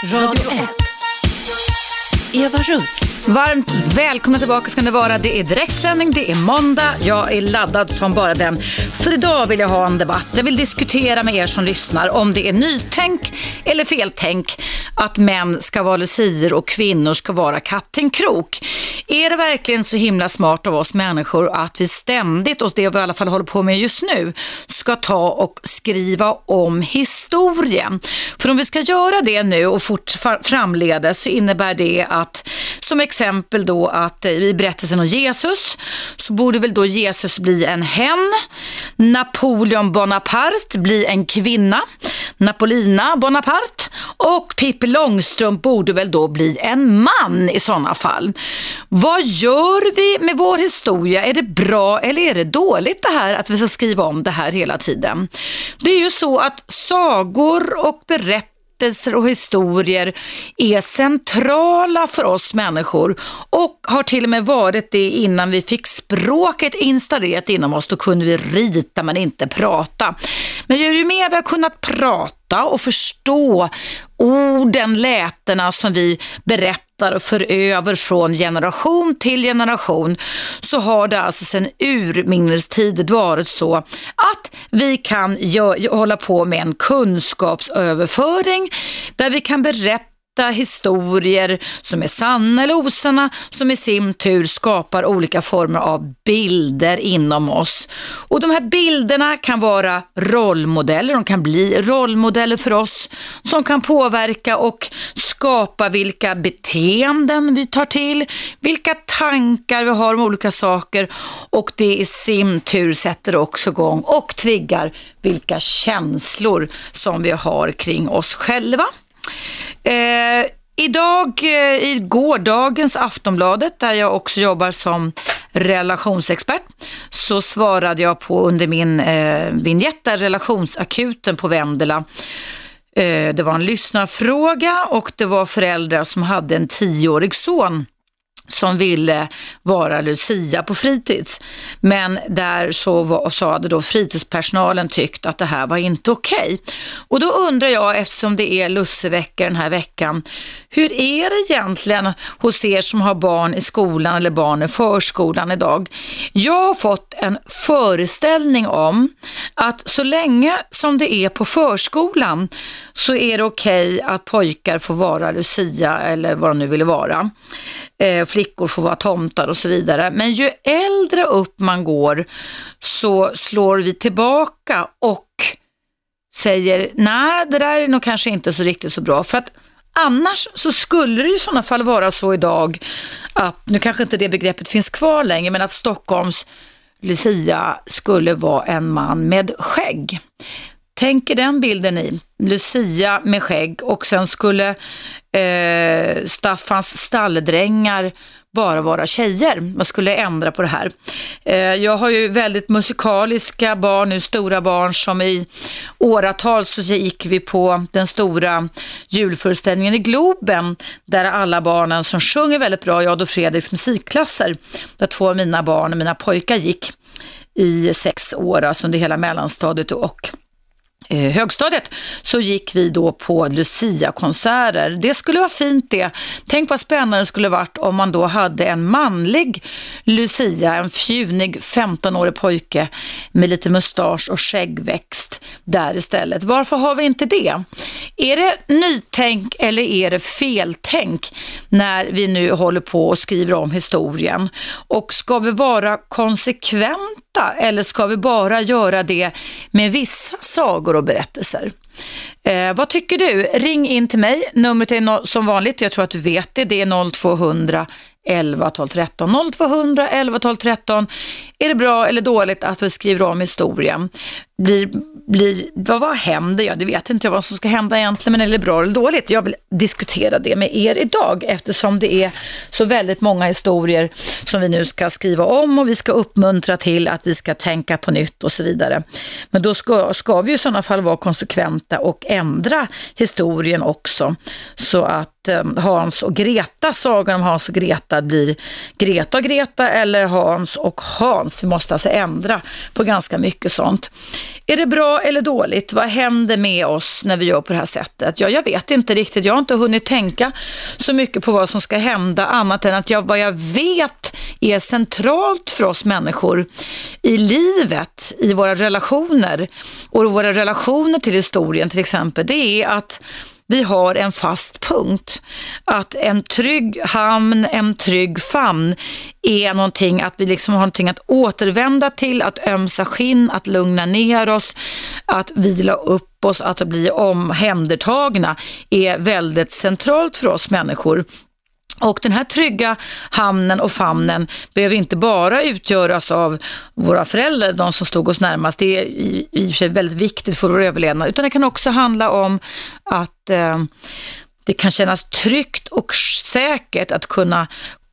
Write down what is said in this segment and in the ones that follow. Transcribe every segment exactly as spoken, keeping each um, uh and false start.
Radio ett. Eva Russ. Varmt välkomna tillbaka ska det vara. Det är direktsändning, det är måndag. Jag är laddad som bara den. För idag vill jag ha en debatt. Jag vill diskutera med er som lyssnar om det är nytänk eller feltänk att män ska vara lucier och kvinnor ska vara Kapten Krok. Är det verkligen så himla smart av oss människor att vi ständigt, och det vi i alla fall håller på med just nu, ska ta och skriva om historien? För om vi ska göra det nu och fort framledes så innebär det att, som exempel då, att i berättelsen om Jesus så borde väl då Jesus bli en hen, Napoleon Bonaparte bli en kvinna, Napolina Bonaparte, och Pippi Långstrump borde väl då bli en man i sådana fall. Vad gör vi med vår historia? Är det bra eller är det dåligt det här att vi ska skriva om det här hela tiden? Det är ju så att sagor och berättelser och historier är centrala för oss människor och har till och med varit det innan vi fick språket installerat inom oss. Då kunde vi rita men inte prata. Men ju mer vi har kunnat prata och förstå orden, lätena som vi berättar och för över från generation till generation, så har det alltså sedan urminnes tid varit så att vi kan gö- hålla på med en kunskapsöverföring där vi kan berätta historier som är sanna eller osanna, som i sin tur skapar olika former av bilder inom oss. Och de här bilderna kan vara rollmodeller, de kan bli rollmodeller för oss som kan påverka och skapa vilka beteenden vi tar till, vilka tankar vi har om olika saker, och det i sin tur sätter också igång och triggar vilka känslor som vi har kring oss själva. Eh, idag, eh, i gårdagens Aftonbladet, där jag också jobbar som relationsexpert, så svarade jag på under min eh, vignett där, relationsakuten på Vendela. Eh, det var en lyssnarfråga och det var föräldrar som hade en tioårig son som ville vara Lucia på fritids. Men där så, var, så hade då fritidspersonalen tyckt att det här var inte okej. Och då undrar jag, eftersom det är lussevecka den här veckan, hur är det egentligen hos er som har barn i skolan eller barn i förskolan idag? Jag har fått en föreställning om att så länge som det är på förskolan så är det okej att pojkar får vara Lucia eller vad de nu vill vara. Flickor får vara tomtar och så vidare. Men ju äldre upp man går så slår vi tillbaka och säger nej, det där är nog kanske inte så riktigt så bra. För att annars så skulle det i sådana fall vara så idag att, nu kanske inte det begreppet finns kvar längre, men att Stockholms Lucia skulle vara en man med skägg. Tänker den bilden i Lucia med skägg, och sen skulle eh, Staffans stalldrängar bara vara tjejer. Man skulle ändra på det här. Eh, jag har ju väldigt musikaliska barn nu, stora barn, som i åratal så gick vi på den stora julföreställningen i Globen, där alla barnen som sjunger väldigt bra, jag och Fredriks musikklasser, där två av mina barn och mina pojkar gick i sex år, alltså under hela mellanstadiet och högstadiet, så gick vi då på Lucia-konserter. Det skulle vara fint det. Tänk vad spännande det skulle varit om man då hade en manlig Lucia, en fjunig femtonårig pojke med lite mustasch och skäggväxt där istället. Varför har vi inte det? Är det nytänk eller är det feltänk när vi nu håller på och skriver om historien? Och ska vi vara konsekventa eller ska vi bara göra det med vissa sagor och berättelser? Eh, vad tycker du? Ring in till mig. Numret är no- som vanligt, jag tror att du vet det. Det är noll två hundra elva tolv tretton. noll två hundra elva tolv tretton. Är det bra eller dåligt att vi skriver om historien? Blir, blir, vad, vad händer? Ja, det vet inte jag vad som ska hända egentligen, men är det bra eller dåligt? Jag vill diskutera det med er idag, eftersom det är så väldigt många historier som vi nu ska skriva om, och vi ska uppmuntra till att vi ska tänka på nytt och så vidare. Men då ska, ska vi i sådana fall vara konsekventa och ändra historien också, så att eh, Hans och Greta, sagan om Hans och Greta, blir Greta och Greta eller Hans och Hans. Vi måste alltså ändra på ganska mycket sånt. Är det bra eller dåligt? Vad händer med oss när vi gör på det här sättet? Ja, jag vet inte riktigt. Jag har inte hunnit tänka så mycket på vad som ska hända annat än att jag, vad jag vet är centralt för oss människor i livet, i våra relationer och våra relationer till historien till exempel. Det är att vi har en fast punkt. Att en trygg hamn, en trygg famn är någonting, att vi liksom har någonting att återvända till, att ömsa skinn, att lugna ner oss, att vila upp oss, att bli omhändertagna är väldigt centralt för oss människor. Och den här trygga hamnen och famnen behöver inte bara utgöras av våra föräldrar, de som stod oss närmast. Det är i, i och för sig väldigt viktigt för vår överlevnad. Utan det kan också handla om att eh, det kan kännas tryggt och säkert att kunna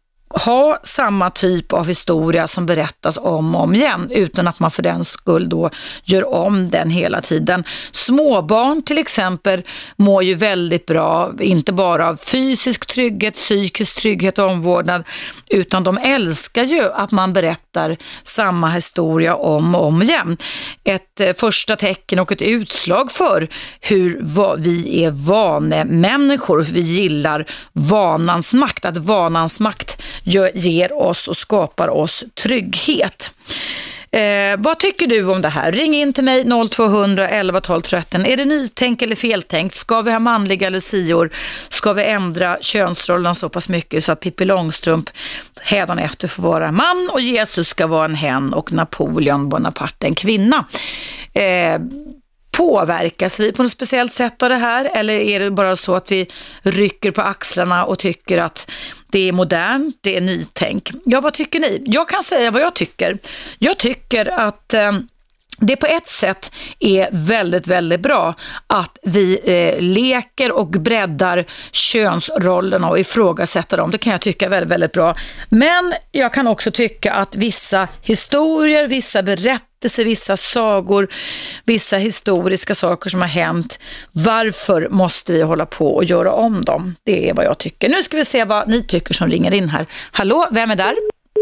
ha samma typ av historia som berättas om och om igen utan att man för den skull då gör om den hela tiden. Småbarn till exempel mår ju väldigt bra, inte bara av fysisk trygghet, psykisk trygghet och omvårdnad, utan de älskar ju att man berättar samma historia om och om igen. Ett eh, första tecken och ett utslag för hur va, vi är vanemänniskor, hur vi gillar vanans makt, att vanans makt ger oss och skapar oss trygghet. Eh, vad tycker du om det här? Ring in till mig noll två hundra elva tolv tretton. Är det nytänk eller feltänkt? Ska vi ha manliga lucior? Ska vi ändra könsrollen så pass mycket så att Pippi Långstrump hädanefter får vara man och Jesus ska vara en hen och Napoleon Bonaparte en kvinna? Eh, Påverkas vi på något speciellt sätt av det här, eller är det bara så att vi rycker på axlarna och tycker att det är modernt, det är nytänk? Ja, vad tycker ni? Jag kan säga vad jag tycker. Jag tycker att eh, det på ett sätt är väldigt, väldigt bra att vi eh, leker och breddar könsrollerna och ifrågasätter dem. Det kan jag tycka är väldigt, väldigt bra. Men jag kan också tycka att vissa historier, vissa berättelser, vissa sagor, vissa historiska saker som har hänt, varför måste vi hålla på och göra om dem? Det är vad jag tycker. Nu ska vi se vad ni tycker som ringer in här. Hallå, vem är där?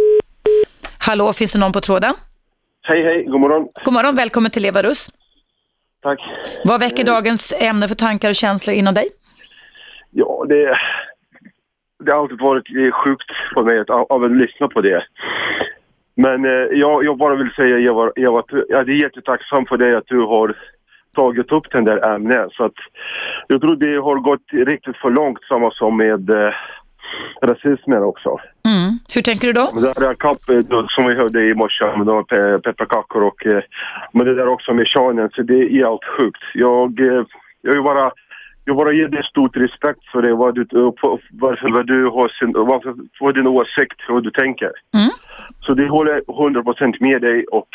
Hallå, finns det någon på tråden? Hej, hej. God morgon. God morgon, välkommen till Eva Russ. Tack. Vad väcker dagens ämne för tankar och känslor inom dig? Ja, det, det har alltid varit sjukt för mig att, av att lyssna på det. Men eh, jag, jag bara vill säga, Eva, Eva, att jag är jättetacksam för det att du har tagit upp den där ämnet. Så att jag tror det har gått riktigt för långt, samma som med eh, rasismen också. Mm. Hur tänker du då? Det där kapp, som vi hörde i morse med de pe- pepparkakor och men det där också med könen, så det är allt sjukt. Jag, jag vill bara jag bara ger dig stort respekt för det, vad du, varför vad du har sin, varför, vad din åsikt och vad du tänker. Mm. Så det håller hundra procent med dig och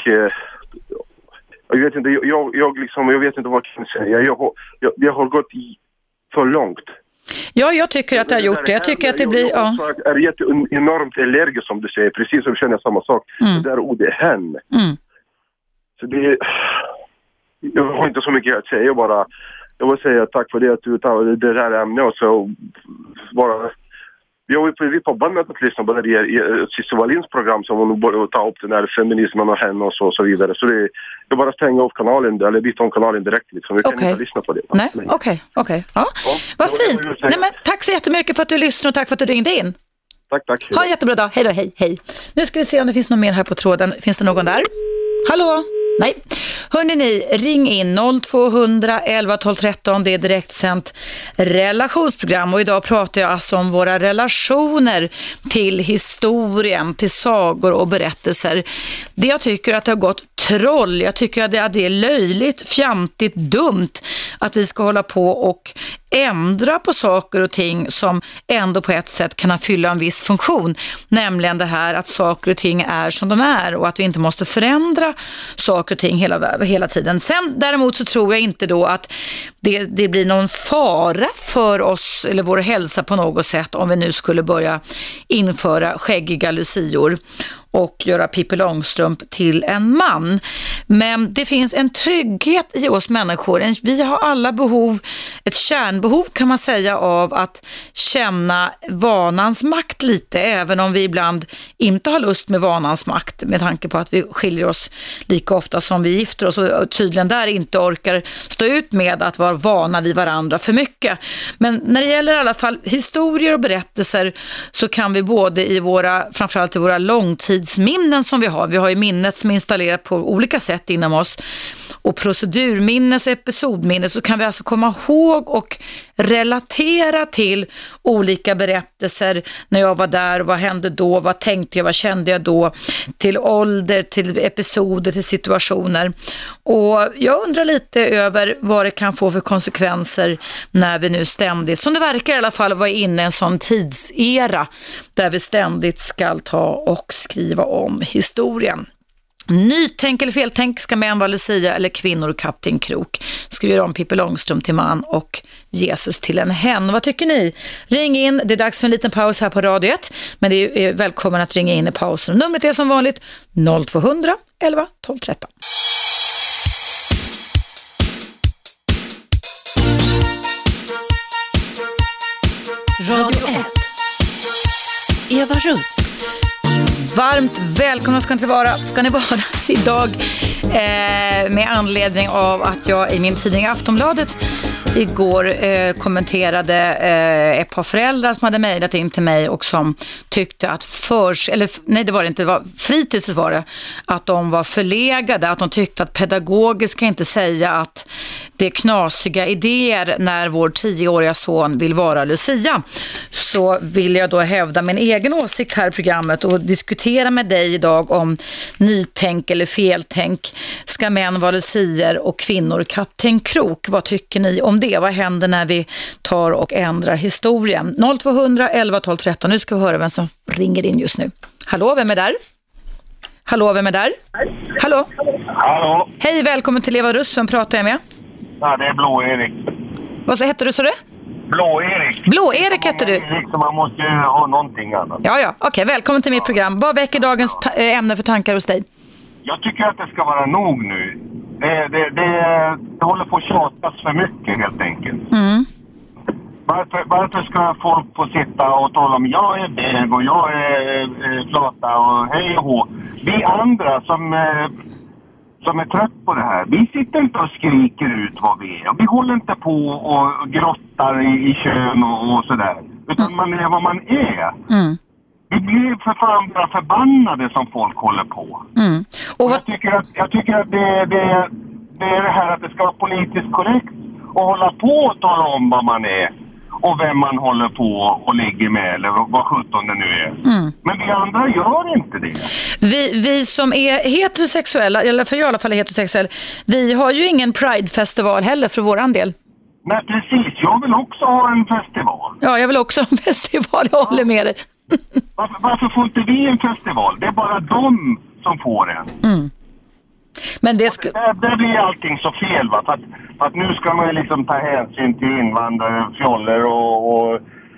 jag vet inte, jag, jag, liksom, jag vet inte vad jag kan säga. Jag, jag, jag har gått i för långt. Ja, jag tycker att det har gjort det. Jag tycker att det blir... Jag, jag är jätte enormt allergisk, som du säger. Precis som känner samma sak. Mm. Det där ordet är hen. Mm. Så det... Jag har inte så mycket att säga. Jag bara... Jag vill säga tack för det att du tar det här ämnet och så bara... Jag är på bandet att lyssna på det i Cissi Wallins program som hon började ta upp den här feminismen och henne och så, och så vidare. Så det, jag bara stänger upp kanalen, eller byter om kanalen direkt liksom. Jag kan okay. inte lyssna på det. Nej, okej, okej. Okay, okay. Ja. Ja, vad fint. Nej, men, tack så jättemycket för att du lyssnar och tack för att du ringde in. Tack, tack. Ha en jättebra dag. Hej då, hej, hej. Nu ska vi se om det finns någon mer här på tråden. Finns det någon där? Hallå? Nej. Hörrni ni, ring in noll två hundra elva tolv tretton. Det är direktsänt relationsprogram och idag pratar jag alltså om våra relationer till historien, till sagor och berättelser. Det jag tycker att det har gått troll. Jag tycker att det är löjligt, fjantigt, dumt att vi ska hålla på och ändra på saker och ting som ändå på ett sätt kan fylla en viss funktion. Nämligen det här att saker och ting är som de är och att vi inte måste förändra saker och ting hela, hela tiden. Sen däremot så tror jag inte då att det, det blir någon fara för oss eller vår hälsa på något sätt om vi nu skulle börja införa skäggiga lucior. och göra Pippi Långstrump till en man. Men det finns en trygghet i oss människor. Vi har alla behov, ett kärnbehov kan man säga, av att känna vanans makt lite, även om vi ibland inte har lust med vanans makt med tanke på att vi skiljer oss lika ofta som vi gifter oss och tydligen där inte orkar stå ut med att vara vana vid varandra för mycket. Men när det gäller i alla fall historier och berättelser så kan vi både i våra, framförallt i våra långtidsminnen som vi har, vi har ju minnet som är installerat på olika sätt inom oss, och procedurminnes och episodminnes, så kan vi alltså komma ihåg och relatera till olika berättelser. När jag var där, vad hände då, vad tänkte jag, vad kände jag då, till ålder, till episoder, till situationer. Och jag undrar lite över vad det kan få för konsekvenser när vi nu ständigt, som det verkar i alla fall, vara inne i en sån tidsera där vi ständigt ska ta och skriva om historien. Nytänk eller feltänk, ska män vara Lucia eller kvinnor Kapten Krok? Skriver om Pippi Långstrump till man och Jesus till en hen. Vad tycker ni? Ring in, det är dags för en liten paus här på Radio ett, men det är välkommen att ringa in i pausen. Numret är som vanligt noll två hundra elva tolv tretton. Radio ett. Eva Russ. Varmt välkomna ska ni vara, ska ni vara idag eh, med anledning av att jag i min tidning Aftonbladet igår eh, kommenterade eh, ett par föräldrar som hade mejlat in till mig och som tyckte att förs, eller nej det var det inte, det var fritids var det, att de var förlegade, att de tyckte att pedagogiskt kan inte säga att det är knasiga idéer när vår tioåriga son vill vara Lucia. Så vill jag då hävda min egen åsikt här i programmet och diskutera med dig idag om nytänk eller feltänk. Ska män vara Lucier och kvinnor Kapten Krok? Vad tycker ni om det? Vad händer när vi tar och ändrar historien? noll två hundra elva tolv tretton. Nu ska vi höra vem som ringer in just nu. Hallå, vem är där? Hallå, vem är där? Hallå? Hallå? Hej, välkommen till Eva Russ. Vem pratar jag med? Ja, det är Blå-Erik. Vad så heter du, så du? Blå-Erik. Blå-Erik heter du? Liksom man måste ha någonting annat. Ja, ja. Okej, okay, välkommen till mitt program. Vad väcker dagens ta- ämne för tankar hos dig? Jag tycker att det ska vara nog nu. Det, det, det, det håller på att tjatas för mycket helt enkelt. Mm. Varför, varför ska folk få sitta och tala om jag är bög och jag är eh, flata och hej och hå. Vi andra som, eh, som är trött på det här, vi sitter inte och skriker ut vad vi är. Vi håller inte på och grottar i, i kön och, och sådär. Utan mm. man är vad man är. Mm. Vi blir för fan bara förbannade som folk håller på. Mm. Och vad... jag tycker att, jag tycker att det, det, det är det här att det ska vara politiskt korrekt och hålla på och tala om vad man är och vem man håller på och ligger med eller vad sjutton det nu är. Mm. Men vi andra gör inte det. Vi, vi som är heterosexuella, eller för jag i alla fall är heterosexuell, vi har ju ingen Pride-festival heller för våran del. Nej, precis. Jag vill också ha en festival. Ja, jag vill också ha en festival. Jag håller med dig. Varför, varför får inte vi en festival? Det är bara de som får en. Mm. Men det, sk- där, där blir allting så fel, va? För att, för att nu ska man liksom ta hänsyn till invandrare, fjoller och, och,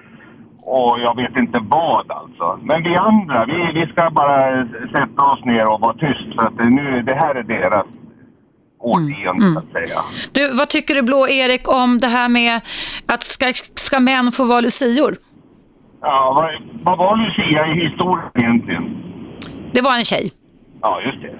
och jag vet inte vad alltså. Men vi andra, vi, vi ska bara sätta oss ner och vara tyst för att det, nu, det här är deras årtionde, mm. så att säga. Du, vad tycker du, Blå-Erik, om det här med att ska, ska män få vara lucior? Ja, vad, vad var Lucia i historien egentligen? Det var en tjej. Ja, just det.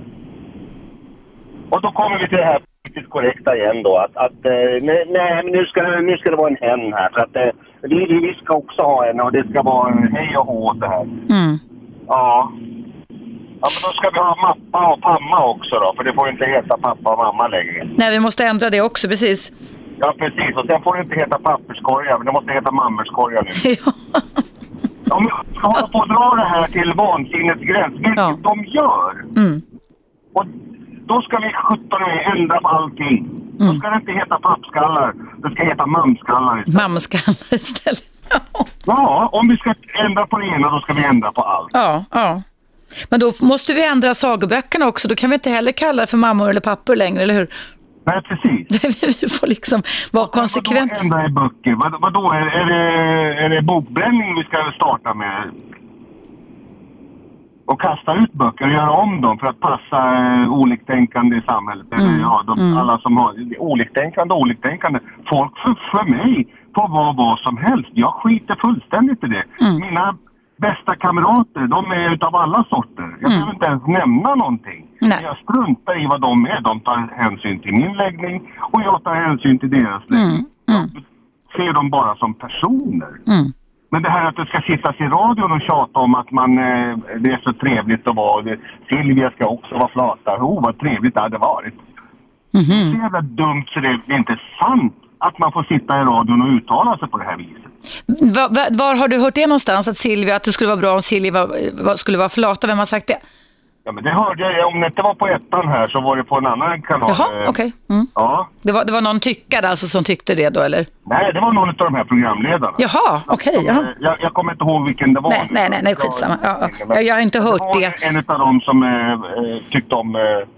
Och då kommer vi till det här politiskt korrekta igen då. Att, att nej, nej, men nu ska, nu ska det vara en hen här. För att vi, vi ska också ha en och det ska vara en hej och hå det här. Mm. Ja. Ja, men då ska vi ha mappa och pamma också då. För det får inte heta pappa och mamma längre. Nej, vi måste ändra det också, precis. Ja, precis. Och sen får det inte heta papperskorgar, men det måste heta mammerskorgar nu. Ja. Om vi ska hålla på att dra det här till vansinnets gräns, vilket ja. de gör. Mm. Och då ska vi sjutton ändra på allting. Mm. Då ska det inte heta pappskallar, det ska heta mamskallar istället. Mamskallar istället. Ja, om vi ska ändra på det ena, då ska vi ändra på allt. Ja, ja. Men då måste vi ändra sagoböckerna också. Då kan vi inte heller kalla det för mammor eller pappor längre, eller hur? Nej, precis. Vi får liksom vara konsekvent. Vad ändra i böcker? Vad, vad då? Är, är, det, är det bokbränning vi ska starta med? och kasta ut böcker och göra om dem för att passa uh, oliktänkande i samhället. Mm. Eller, ja, de, mm. alla som har oliktänkande, oliktänkande. Folk för, för mig får vara vad som helst. Jag skiter fullständigt i det. Mm. Mina bästa kamrater, de är utav alla sorter. Jag mm. behöver inte ens nämna någonting. Nej. Jag struntar i vad de är. De tar hänsyn till min läggning och jag tar hänsyn till deras läggning. Mm. Mm. Jag ser dem bara som personer. Mm. Men det här att det ska sittas i radion och tjata om att man, eh, det är så trevligt att vara. Det, Silvia ska också vara flata. Oh, vad trevligt det hade varit. Mm-hmm. Det är så jävla dumt så det är inte sant att man får sitta i radion och uttala sig på det här viset. Var, var, var har du hört det någonstans att Silvia, att det skulle vara bra om Silvia var, var, skulle vara flata? Vem har sagt det? Ja, men det hörde jag. Om det inte var på ettan här så var det på en annan kanal. Jaha, okej. Okay. Mm. Ja. Det var, det var någon tyckare alltså som tyckte det då, eller? Nej, det var någon av de här programledarna. Jaha, okej. Okay, jag, jag, jag kommer inte ihåg vilken det var. Nej, nej, nej, nej skitsamma. Ja, ja. Jag har inte hört det. Det var en av dem som äh, tyckte om... Äh,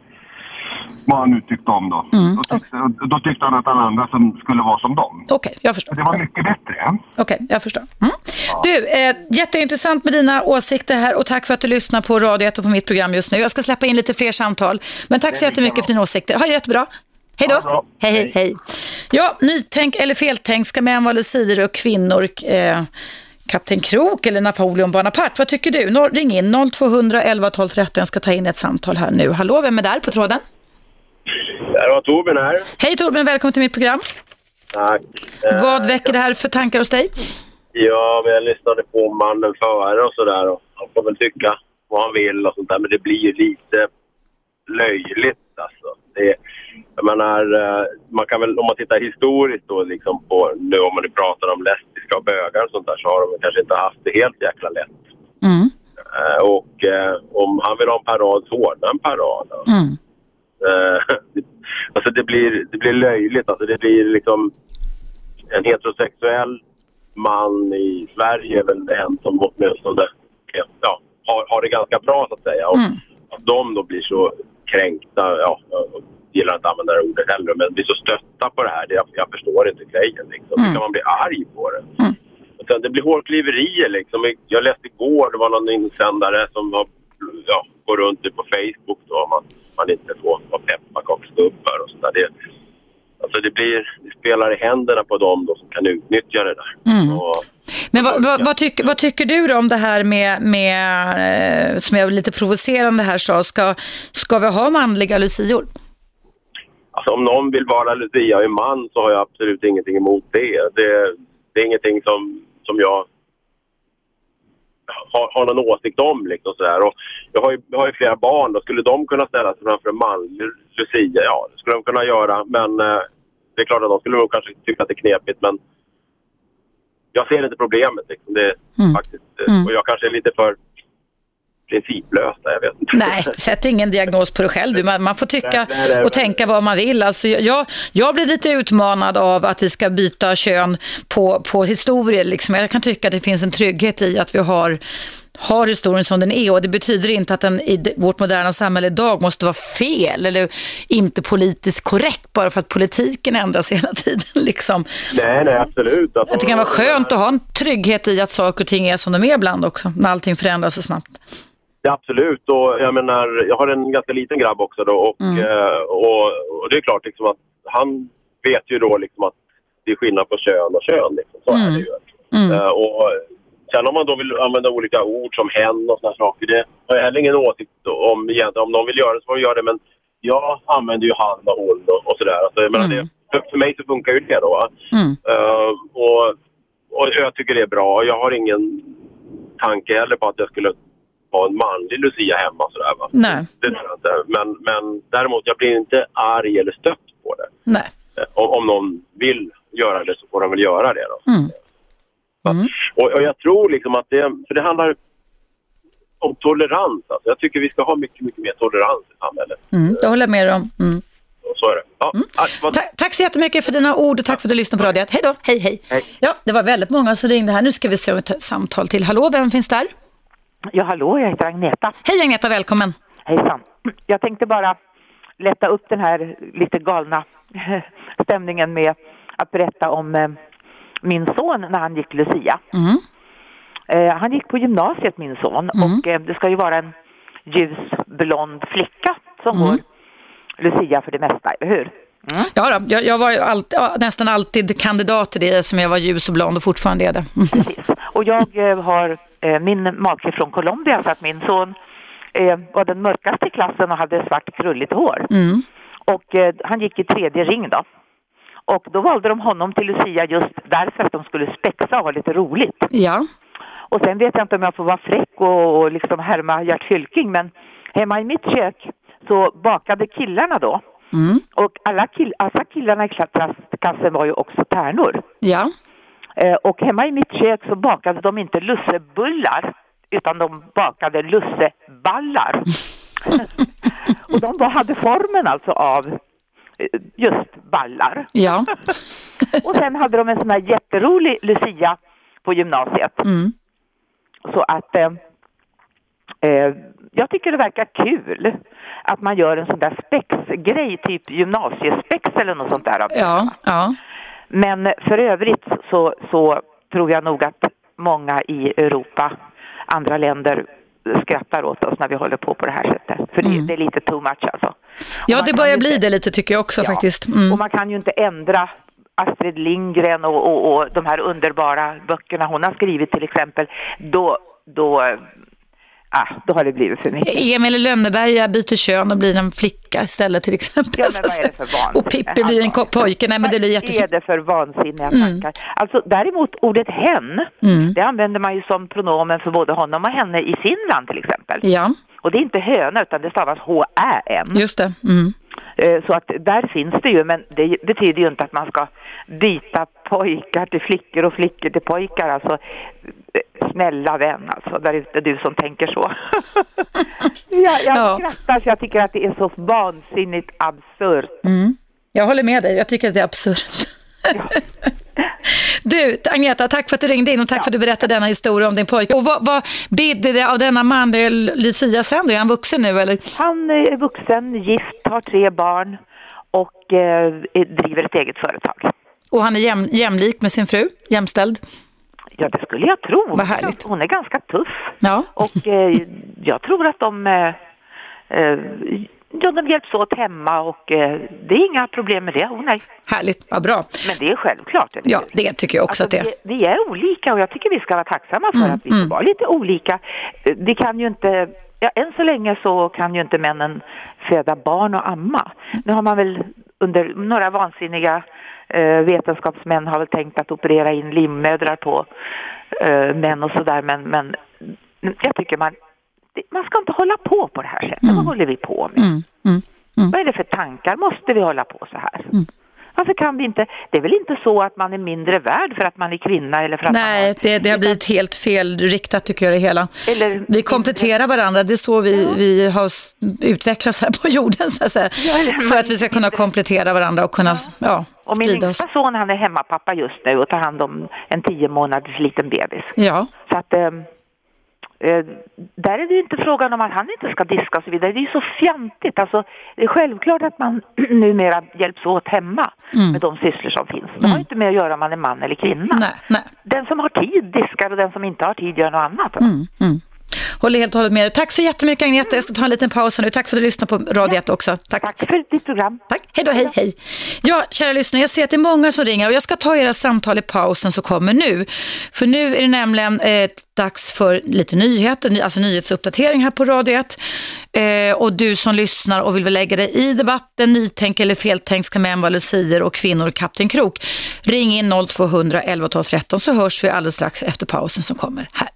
vad han nu tyckte om då. Mm. Då, tyckte, då tyckte han att alla andra som skulle vara som dem. Okej, okay, jag förstår. Det var mycket bättre. Ja? Okej, okay, jag förstår. Mm. Ja. Du, eh, jätteintressant med dina åsikter här och tack för att du lyssnar på Radio ett och på mitt program just nu. Jag ska släppa in lite fler samtal. Men tack så jättemycket för dina åsikter. Ha det jättebra. Hej då. Ja, hej, hej, hej. Ja, nytänk eller feltänk, ska män vara lucier och kvinnor eh, Kapten Krok eller Napoleon Bonaparte. Vad tycker du? Nå, ring in noll två hundra elva tolv tretton. Jag ska ta in ett samtal här nu. Hallå, vem är där på tråden? Det var Torben här. Hej Torben, välkommen till mitt program. Tack. Vad väcker det här för tankar hos dig? Ja, men jag lyssnade på mannen före och sådär. Och han får väl tycka vad han vill och sånt där. Men det blir ju lite löjligt alltså. Det, jag menar, man kan väl, om man tittar historiskt då liksom på, nu om man nu pratar om lesbiska och bögar och sånt där, så har de kanske inte haft det helt jäkla lätt. Mm. Och om han vill ha en parad så ordnar en parad. Alltså. Mm. Uh, alltså det blir, det blir löjligt, alltså det blir liksom en heterosexuell man i Sverige är väl en som åtminstone ja, har, har det ganska bra så att säga och mm. att de då blir så kränkta, ja, jag gillar inte att använda det ordet heller, men blir så stötta på det här, det, jag, jag förstår inte grejen liksom. Mm. Kan man bli arg på det? Mm. Och sen, det blir hårkliverier liksom. Jag läste igår, det var någon insändare som var, ja, går runt på Facebook då, man man inte får ha pepparkaksgubbar och sådär. Det, alltså det blir, det spelar i händerna på dem då som kan utnyttja det där. Mm. Och, men vad, vad, vad, tyck, vad tycker du då om det här med, med eh, som jag lite provocerande här sa, ska, ska vi ha manliga lucior? Alltså om någon vill vara lucia och är man så har jag absolut ingenting emot det. Det, det är ingenting som, som jag Har, har någon åsikt om liksom sådär. Och jag har ju, jag har ju flera barn, då skulle de kunna ställa sig framför en man lucia, ja det skulle de kunna göra, men eh, det är klart att de skulle nog kanske tycka att det är knepigt, men jag ser inte problemet liksom. Det är mm. faktiskt, mm. och jag kanske är lite för principlös där, jag vet inte. Nej, sätt ingen diagnos på dig själv. Du, man, man får tycka nej, nej, och tänka vad man vill. Alltså, jag, jag blir lite utmanad av att vi ska byta kön på, på historier. Liksom. Jag kan tycka att det finns en trygghet i att vi har, har historien som den är. Och det betyder inte att den i vårt moderna samhälle idag måste vara fel eller inte politiskt korrekt bara för att politiken ändras hela tiden. Liksom. Nej, nej, absolut. Att det kan vara skönt att ha en trygghet i att saker och ting är som de är ibland också, när allting förändras så snabbt. Ja, absolut, och jag menar, jag har en ganska liten grabb också då och, mm. eh, och, och det är klart liksom att han vet ju då liksom att det är skillnad på kön och kön liksom, så mm. är det ju. Mm. Eh, och sen om man då vill använda olika ord som hen och sådana saker, det har jag heller ingen åsikt om egentligen. Om någon vill göra det så får de göra det, men jag använder ju han och hon och, och sådär. Alltså, jag menar, mm. det, för, för mig så funkar ju det då. Mm. Uh, och, och jag tycker det är bra. Jag har ingen tanke heller på att jag skulle ha en manlig lucia hemma sådär, va? Nej. Det tror jag inte. Men, men däremot, jag blir inte arg eller stött på det. Nej. Om, om någon vill göra det så får de väl göra det då. Mm. Mm. Och, och jag tror liksom att det, för det handlar om tolerans. Alltså. Jag tycker vi ska ha mycket, mycket mer tolerans i samhället. Mm, det håller jag med om. Mm. Och så är det. Ja. Mm. Ta- tack så jättemycket för dina ord och tack för att du lyssnade på radion. Hej då, hej, hej hej. Ja, det var väldigt många som ringde här. Nu ska vi se ett samtal till. Hallå, vem finns där? Ja, hallå, jag heter Agneta. Hej Agneta, välkommen. Hejsan. Jag tänkte bara lätta upp den här lite galna stämningen med att berätta om eh, min son när han gick Lucia. Mm. Eh, han gick på gymnasiet, min son, mm. och eh, det ska ju vara en ljusblond flicka som Mm. går Lucia för det mesta, eller hur? Mm. Ja, då, jag, jag var ju allt, ja, nästan alltid kandidat till det som jag var ljus och blond och fortfarande är det. Mm. Precis. Och jag eh, har eh, min make från Colombia, så att min son eh, var den mörkaste i klassen och hade svart krulligt hår. Mm. Och eh, han gick i tredje ring då. Och då valde de honom till Lucia just därför att de skulle spexa och ha lite roligt. Ja. Och sen vet jag inte om jag får vara fräck och, och liksom härma Gert Fylking, men hemma i mitt kök så bakade killarna då. Mm. Och alla, kill- alla killarna i klassen var ju också tärnor. Ja. Eh, och hemma i mitt kök så bakade de inte lussebullar, utan de bakade lusseballar. Och de bara hade formen alltså av eh, just ballar. Ja. Och sen hade de en sån här jätterolig Lucia på gymnasiet. Mm. Så att eh, eh, jag tycker det verkar kul att man gör en sån där spexgrej, typ gymnasiespex eller något sånt där. Ja, ja. Men för övrigt så, så tror jag nog att många i Europa, andra länder, skrattar åt oss när vi håller på på det här sättet. För det, Mm. det är lite too much alltså. Ja, Och man det kan börjar ju bli inte- det lite tycker jag också Ja. faktiskt. Mm. Och man kan ju inte ändra Astrid Lindgren och, och, och de här underbara böckerna hon har skrivit till exempel. Då, då, ah, då har det blivit för mycket. Emil i Lönneberga byter kön och blir en flicka istället till exempel. Ja, men vad är det för vansinnigt? Och Pippi blir en ko- pojke. Nej, men det blir Vad är jättekul. det för vansinniga Mm. tankar? Alltså däremot ordet hen, Mm. det använder man ju som pronomen för både honom och henne i Finland till exempel. Ja, Och det är inte höna utan det stavas H-Ä-N. just det. Mm. Eh, Så att där finns det ju, men det betyder ju inte att man ska byta pojkar till flickor och flickor till pojkar. Alltså, eh, snälla vän, alltså, där är det du som tänker så. jag jag Ja. skrattar så jag tycker att det är så vansinnigt absurt. Mm. Jag håller med dig. Jag tycker att det är absurt. Du, Agneta, tack för att du ringde in och tack Ja. för att du berättade denna historia om din pojke. Och vad, vad bidde det av denna man, det är Lucia sen då? Är han vuxen nu eller? Han är vuxen, gift, har tre barn och eh, driver ett eget företag. Och han är jäm, jämlik med sin fru? Jämställd? Ja, det skulle jag tro. Vad härligt. Hon är ganska tuff. Ja. Och eh, jag tror att de, eh, eh, ja, de hjälps åt hemma och eh, det är inga problem med det. Oh, nej. Härligt, vad bra. Men det är självklart. Eller? Ja, det tycker jag också Alltså, att det är. vi, vi är olika och jag tycker vi ska vara tacksamma för Mm, att vi får mm. vara lite olika. Det kan ju inte, ja, än så länge så kan ju inte männen föda barn och amma. Nu har man väl under några vansinniga eh, vetenskapsmän har väl tänkt att operera in limmödrar på eh, män och sådär, men, men jag tycker man man ska inte hålla på på det här sättet. Mm. Vad håller vi på med? Mm, mm, mm. Vad är det för tankar? Måste vi hålla på så här? Mm. Varför kan vi inte? Det är väl inte så att man är mindre värd för att man är kvinna eller för att man Nej, har... det, det har blivit helt fel riktat tycker jag det hela. Eller- Vi kompletterar varandra, det är så vi, Ja. vi har s- utvecklats här på jorden så att säga. Ja, eller- För att vi ska kunna komplettera varandra och kunna ja. Och min sprida oss. yngsta son, han är hemmapappa just nu och tar hand om en tio månaders liten bebis. Ja, Så att eh, eh, där är det ju inte frågan om att han inte ska diska och så vidare. Det är ju så fjantigt. Alltså, det är självklart att man numera hjälps åt hemma Mm. med de sysslor som finns. Det har ju inte med att göra om man är man eller kvinna. nej, nej. Den som har tid diskar och den som inte har tid gör något annat. Mm, mm. Håller helt och hållet med dig. Tack så jättemycket Agneta. Jag ska ta en liten paus nu. Tack för att du lyssnade på Radio ett också. Tack. Tack för ditt program. Tack. Hej då, hej, hej. Ja, kära lyssnare, jag ser att det är många som ringer och jag ska ta era samtal i pausen som kommer nu. För nu är det nämligen eh, dags för lite nyheter, ny, alltså nyhetsuppdatering här på Radio ett. Eh, och du som lyssnar och vill väl lägga dig i debatten, nytänk eller feltänk ska män vara lucier och kvinnor Kapten Krok. Ring in noll två hundra elva tolv tretton så hörs vi alldeles strax efter pausen som kommer här.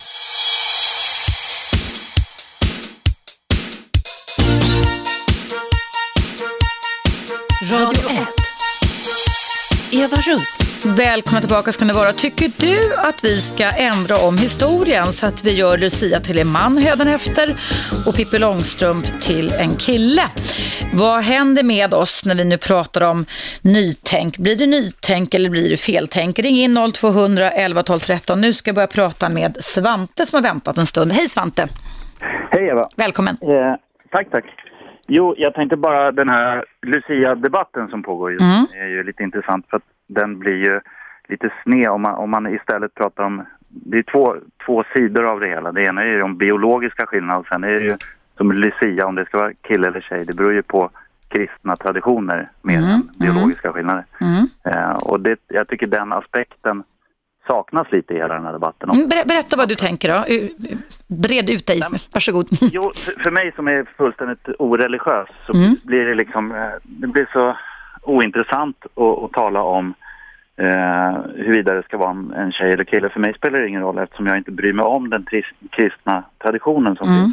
Radio ett. Eva Russ. Välkomna tillbaka ska ni vara. Tycker du att vi ska ändra om historien så att vi gör Lucia till en man hädanefter och Pippi Långstrump till en kille? Vad händer med oss när vi nu pratar om nytänk? Blir det nytänk eller blir det feltänk? Ring in noll två hundra elva tolv tretton. Nu ska jag börja prata med Svante som har väntat en stund. Hej Svante. Hej Eva. Välkommen. Eh, tack, tack. Jo, jag tänkte bara den här Lucia-debatten som pågår just Mm. är ju lite intressant för att den blir ju lite sned om man, om man istället pratar om, det är två, två sidor av det hela. Det ena är ju de biologiska skillnaderna och sen är det ju som Lucia, om det ska vara kille eller tjej, det beror ju på kristna traditioner mer Mm. än biologiska skillnader. Mm. Eh, och det, jag tycker den aspekten saknas lite i hela den här debatten. Mm, ber- berätta vad du tänker då. Bred ut dig. Varsågod. Jo, för, för mig som är fullständigt oreligiös så Mm. blir det liksom, eh, det blir så ointressant att, att tala om eh, huruvida det ska vara en, en tjej eller kille. För mig spelar det ingen roll eftersom jag inte bryr mig om den tris- kristna traditionen som Mm. finns.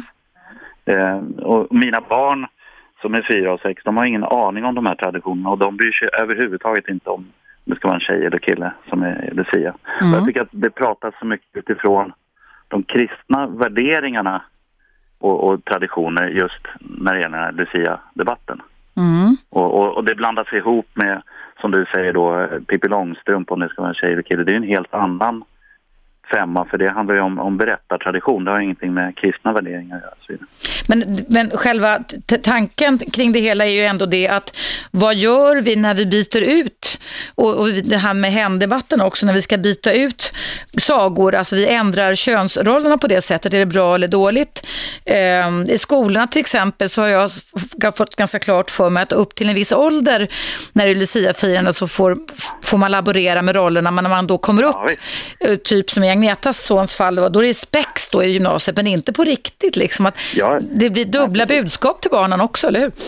Eh, och mina barn som är fyra och sex, de har ingen aning om de här traditionerna och de bryr sig överhuvudtaget inte om det ska vara en tjej eller kille som är Lucia. Mm. Och jag tycker att det pratas så mycket utifrån de kristna värderingarna och, och traditioner just när det gäller den här Lucia-debatten. Mm. Och, och, och det blandas ihop med, som du säger då, Pippi Långstrump om det ska vara en tjej eller kille. Det är en helt annan femma, för det handlar ju om, om berättartradition. Det har ingenting med kristna värderingar att göra. Så vidare. Men, men själva t- tanken kring det hela är ju ändå det att vad gör vi när vi byter ut, och, och det här med hemdebatten också, när vi ska byta ut sagor, alltså vi ändrar könsrollerna på det sättet, är det bra eller dåligt? Eh, I skolorna till exempel så har jag f- fått ganska klart för mig att upp till en viss ålder när det är Lucia-firande så får, får man laborera med rollerna, men när man då kommer upp, Ja, eh, typ som i Agnetas sons fall, då är det spex då i gymnasiet, men inte på riktigt liksom, att Ja. det blir dubbla budskap till barnen också, eller hur?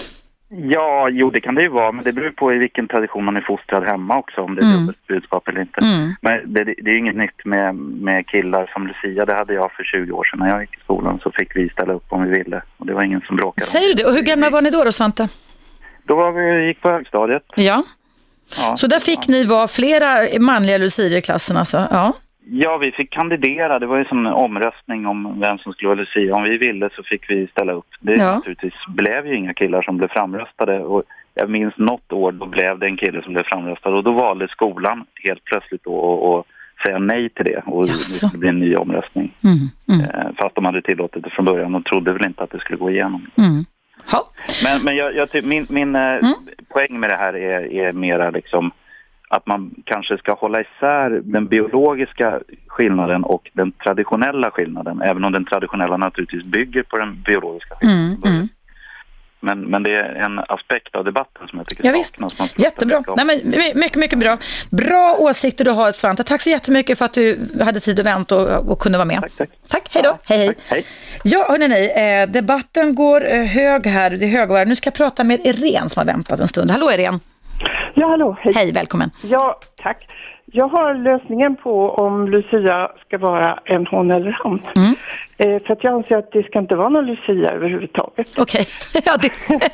Ja, jo det kan det ju vara, men det beror på i vilken tradition man är fostrad hemma också, om det är Mm. dubbelt budskap eller inte. Mm. Men det, det är ju inget nytt med, med killar som Lucia, det hade jag för tjugo år sedan när jag gick i skolan, så fick vi ställa upp om vi ville, och det var ingen som bråkade. Säger du det? Och hur gamla var ni då då, Svante? Då var vi, gick på högstadiet. Ja. Ja. Så där fick ni vara flera manliga lucier i klassen alltså? Ja. Ja, vi fick kandidera. Det var ju som en omröstning om vem som skulle vara Lucia. Om vi ville så fick vi ställa upp. Det Ja. naturligtvis blev ju inga killar som blev framröstade. Och jag minns något år då blev det en kille som blev framröstad. Och då valde skolan helt plötsligt då att säga nej till det. Och det Jaså. skulle bli en ny omröstning. Mm, mm, Eh, Fast de hade tillåtit det från början. De trodde väl inte att det skulle gå igenom. mm. Ja. Men, men jag, jag ty- min, min eh, Mm. poäng med det här är, är mera liksom att man kanske ska hålla isär den biologiska skillnaden och den traditionella skillnaden, även om den traditionella naturligtvis bygger på den biologiska skillnaden. Mm, mm. Men, men det är en aspekt av debatten som jag tycker Ja, visst. saknas. Man ska Jättebra. prata om. Nej, men, my- mycket, mycket bra. Bra åsikter du har, Svante. Tack så jättemycket för att du hade tid att vänta och, och kunde vara med. Tack, tack. Tack, hej då. Ja, hej, hej. tack, hej. Ja, hörni, nej, eh, debatten går eh, hög här. Det är högvarv. Nu ska jag prata med Irene som har väntat en stund. Hallå, Irene. Ja, hallå. Hej. Hej, välkommen. Ja, tack. Jag har lösningen på om Lucia ska vara en hon eller han. Mm. Eh, för att jag anser att det ska inte vara någon Lucia överhuvudtaget. Okej. Ja, det...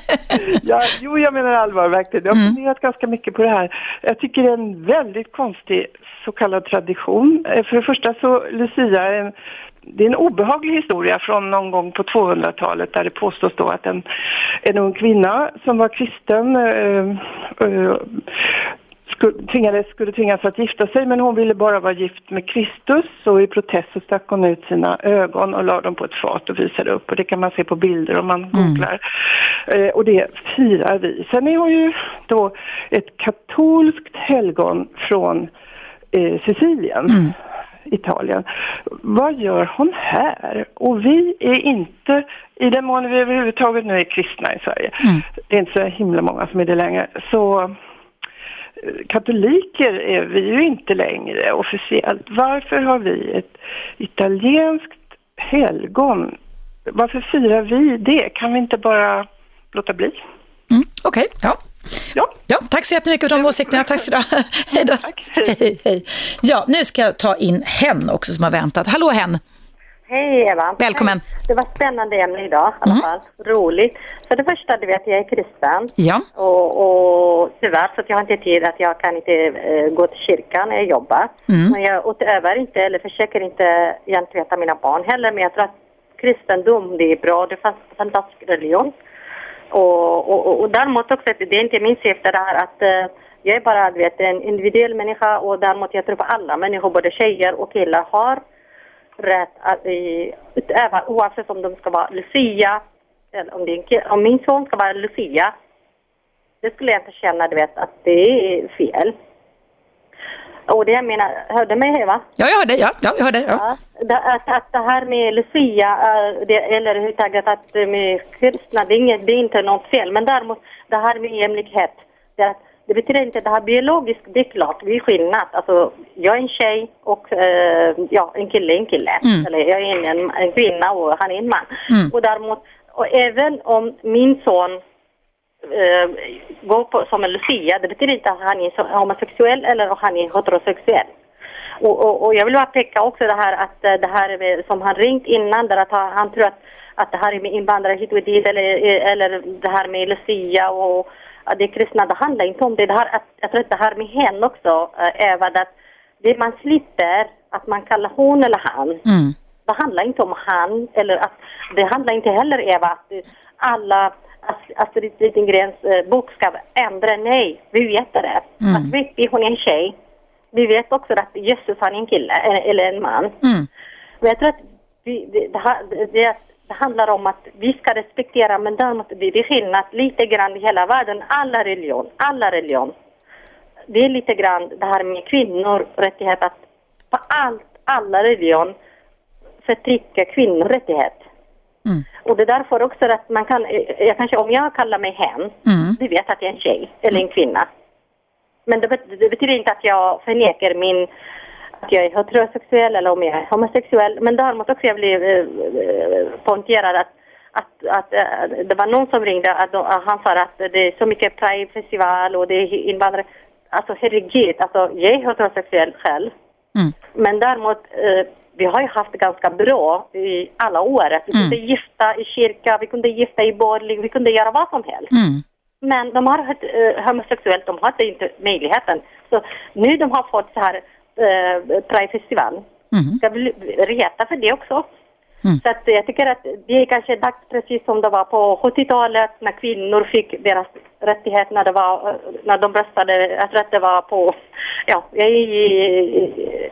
Ja, jo, jag menar allvar verkligen. Jag har funderat ganska mycket på det här. Jag tycker det är en väldigt konstig så kallad tradition. Eh, för det första så Lucia är en det är en obehaglig historia från någon gång på tvåhundratalet där det påstås då att en, en ung kvinna som var kristen äh, äh, skulle, tvingades, skulle tvingas att gifta sig, men hon ville bara vara gift med Kristus, och i protest så stack hon ut sina ögon och la dem på ett fat och visade upp, och det kan man se på bilder om man googlar. Mm. Äh, och det firar vi. Sen är hon ju då ett katolskt helgon från äh, Sicilien. Mm. Italien. Vad gör hon här? Och vi är inte, i den mån vi överhuvudtaget nu är kristna i Sverige, mm. det är inte så himla många som är det längre, så katoliker är vi ju inte längre officiellt. Varför har vi ett italienskt helgon? Varför firar vi det? Kan vi inte bara låta bli? Mm. Okej, okay. ja. Ja. Ja, tack så jättemycket för de åsikterna. Tack ska du ha. Hej då. Tack. Hej. Hej, hej. Ja, nu ska jag ta in Hen också som har väntat. Hallå Hen. Hej Eva. Välkommen. Hej. Det var spännande ämne idag i alla Mm. fall. Roligt. För det första, du vet, jag är kristen. Ja. Och, och tyvärr så att jag har inte tid att jag kan inte eh, gå till kyrkan när jag jobbar. Mm. Men jag utövar inte eller försöker inte hjälpa mina barn heller. Men jag tror att kristendom, det är bra. Det är en fantastisk religion. Och, och, och däremot också, det är inte min syfte det här att uh, jag är bara, du vet, en individuell människa, och däremot jag tror på alla människor, både tjejer och killar har rätt att uh, utöva, oavsett om de ska vara Lucia eller om, det är, om min son ska vara Lucia, det skulle jag inte känna, du vet, att det är fel. Och det jag menar, hörde mig Eva? Ja, jag hörde, ja, ja jag hörde, ja. Ja, det, att, att det här med Lucia, äh, det, eller överhuvudtaget att med kristna, det är, inget, det är inte något fel. Men däremot, det här med jämlikhet, det, det betyder inte att det här biologiskt, det är klart, vi är skillnad. Alltså, jag är en tjej och äh, ja, en kille är en kille. Mm. Eller jag är en, en kvinna och han är en man. Mm. Och däremot, och även om min son Uh, gå på som en Lucia, det betyder inte att han är homosexuell eller att han är heterosexuell. Och, och, och jag vill bara peka också det här att uh, det här med, som han ringt innan där att han, han tror att, att det här är med invandrare hit och dit eller, eller det här med Lucia och att det är kristna, det handlar inte om det. Det här, att, jag tror att det här med henne också uh, Eva, att det man slipper att man kallar hon eller han, mm. det handlar inte om han eller att det handlar inte heller Eva att alla Astrid Lindgrens eh, bok ska ändra. Nej, vi vet det. Mm. Att Pippi, hon är en tjej. Vi vet också att Jesus han är en kille eller en man. Mm. Men jag tror att vi, det, det, det, det handlar om att vi ska respektera, men däremot det är skillnad lite grann i hela världen. Alla religion, alla religion. Det är lite grann det här med kvinnor rättighet att på allt, alla religion förtrycker kvinnor rättighet. Mm. Och det är därför också att man kan, jag kanske om jag kallar mig hen, mm. du vet att jag är en tjej eller en kvinna. Men det, det betyder inte att jag förnekar min, att jag är heterosexuell eller om jag är homosexuell. Men däremot också jag blev äh, poängterad att, att, att äh, det var någon som ringde, att, att han sa att det är så mycket Pride-festival och det är invandrare. Alltså herregud, alltså jag är heterosexuell själv. Mm. Men däremot äh, vi har ju haft det ganska bra i alla år. Vi kunde mm. gifta i kyrka, vi kunde gifta i borgerlig, vi kunde göra vad som helst. Mm. Men de har uh, homosexuellt, de har inte möjligheten. Så nu de har fått så här uh, Pride-festival. Mm. Ska vi reta för det också? Mm. Så att jag tycker att det är kanske dags precis som det var på sjuttiotalet när kvinnor fick deras rättigheter när det var när de röstade. Jag tror att det var på, ja, jag är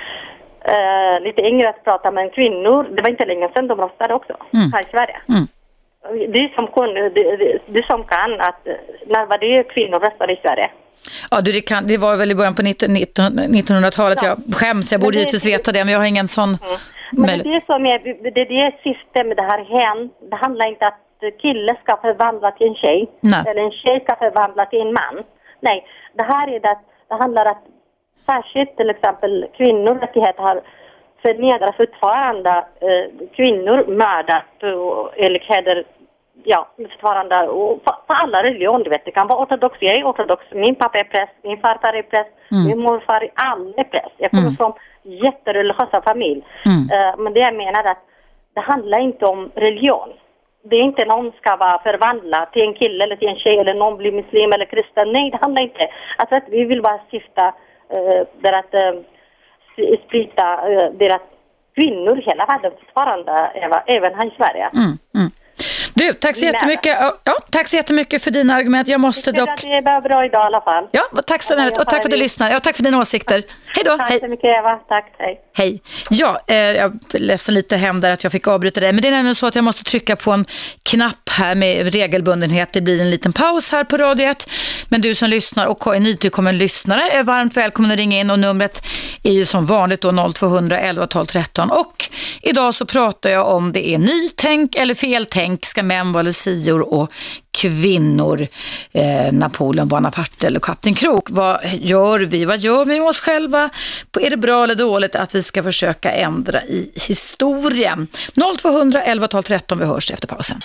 Uh, lite yngre att prata med kvinnor. Det var inte länge sedan de röstade också mm. här i Sverige. Mm. Du, som kun, du, du som kan att när var det kvinnor röstade i Sverige? Ja, du, det, kan, det var väl i början på nittonhundratalet. Ja. Jag skäms, jag borde givetvis veta det, men jag har ingen sån... Mm. Men det är som är, det är det syftet med det här hen. Det handlar inte att kille ska förvandla till en tjej. Nej. Eller en tjej ska förvandla till en man. Nej, det här är det, det handlar att särskilt till exempel kvinnor rättigheter har förnedrat fortfarande eh, kvinnor mördat och elikheder, ja, fortfarande och på, på alla religioner, du vet. Det kan vara ortodox, jag är ortodox, min pappa är präst, min farfar är präst, mm. min morfar är alla är präst. Jag kommer mm. från jättereligiösa familj. Mm. Uh, men det jag menar är att det handlar inte om religion. Det är inte någon ska vara förvandlad till en kille eller till en tjej eller någon blir muslim eller kristen. Nej, det handlar inte. Alltså att vi vill bara syfta uh, där att uh, sprita uh, deras kvinnor hela världen fortfarande, även här i Sverige. Mm, mm. Du, tack så jättemycket. Ja, tack så jättemycket för dina argument. Jag måste dock... Det är bara bra idag i alla fall. Ja, tack så mycket. Och tack för att du lyssnar. Ja, tack för dina åsikter. Hej då. Tack hej. så mycket, Eva. Tack, hej. Hej. Ja, eh, jag läser lite hem där att jag fick avbryta det. Men det är nämligen så att jag måste trycka på en knapp här med regelbundenhet. Det blir en liten paus här på Radio ett. Men du som lyssnar och är nytillkommen lyssnare är varmt välkommen att ringa in. Och numret är ju som vanligt då noll två hundra elva tolv tretton. Och idag så pratar jag om det är nytänk eller feltänk. Ska män vara lucior och kvinnor, eh, Napoleon Bonaparte eller Kapten Krok. Vad gör vi? Vad gör vi med oss själva? Är det bra eller dåligt att vi ska försöka ändra i historien? noll två hundra elva tolv tretton, vi hörs efter pausen.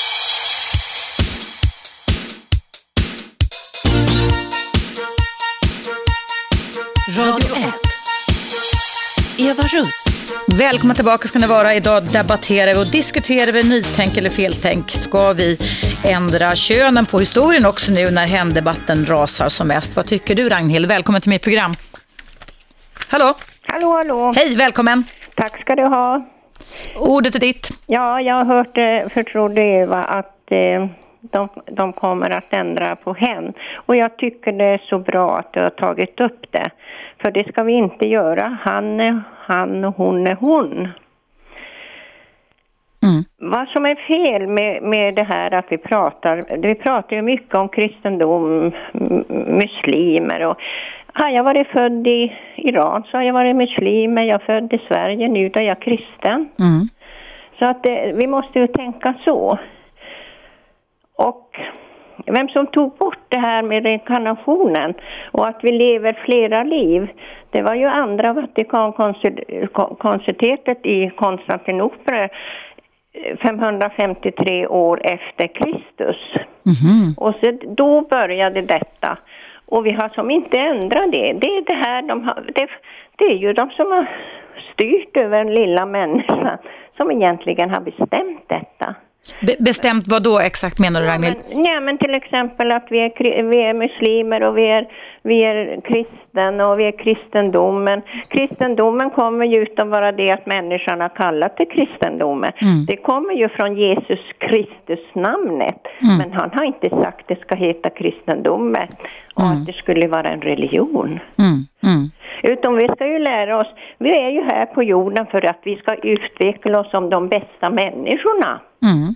Radio ett. Eva Russ. Välkomna tillbaka ska ni vara. Idag debatterar vi och diskuterar vi nytänk eller feltänk. Ska vi ändra könen på historien också nu när händebatten rasar som mest? Vad tycker du, Ragnhild? Välkommen till mitt program. Hallå? Hallå, hallå. Hej, välkommen. Tack ska du ha. Ordet är ditt. Ja, jag har hört eh, förtrodde Eva att eh, de, de kommer att ändra på hen. Och jag tycker det är så bra att du har tagit upp det. För det ska vi inte göra. Han är han och hon är hon. Mm. Vad som är fel med, med det här att vi pratar, vi pratar ju mycket om kristendom, muslimer och har jag varit född i Iran så har jag varit muslim, men jag är född i Sverige, nu är jag kristen. Mm. Så att det, vi måste ju tänka så. Och vem som tog bort det här med reinkarnationen och att vi lever flera liv, det var ju andra Vatikankoncilietet i Konstantinopel femhundrafemtiotre år efter Kristus. Mm. Och så då började detta. Och vi har som inte ändrat det. Det är det här de har, det, det är ju de som har styrt över en lilla människa som egentligen har bestämt detta. Be- bestämt vad då exakt menar du, Ragnhild? Ja, men, ja, men till exempel att vi är, vi är muslimer och vi är, vi är kristen och vi är kristendomen. Kristendomen kommer ju utan bara det att människan har kallat det kristendomen. Mm. Det kommer ju från Jesus Kristus namnet. Mm. Men han har inte sagt att det ska heta kristendomen och Mm. att det skulle vara en religion. Mm. Mm. Utan vi ska ju lära oss, vi är ju här på jorden för att vi ska utveckla oss som de bästa människorna. Mm.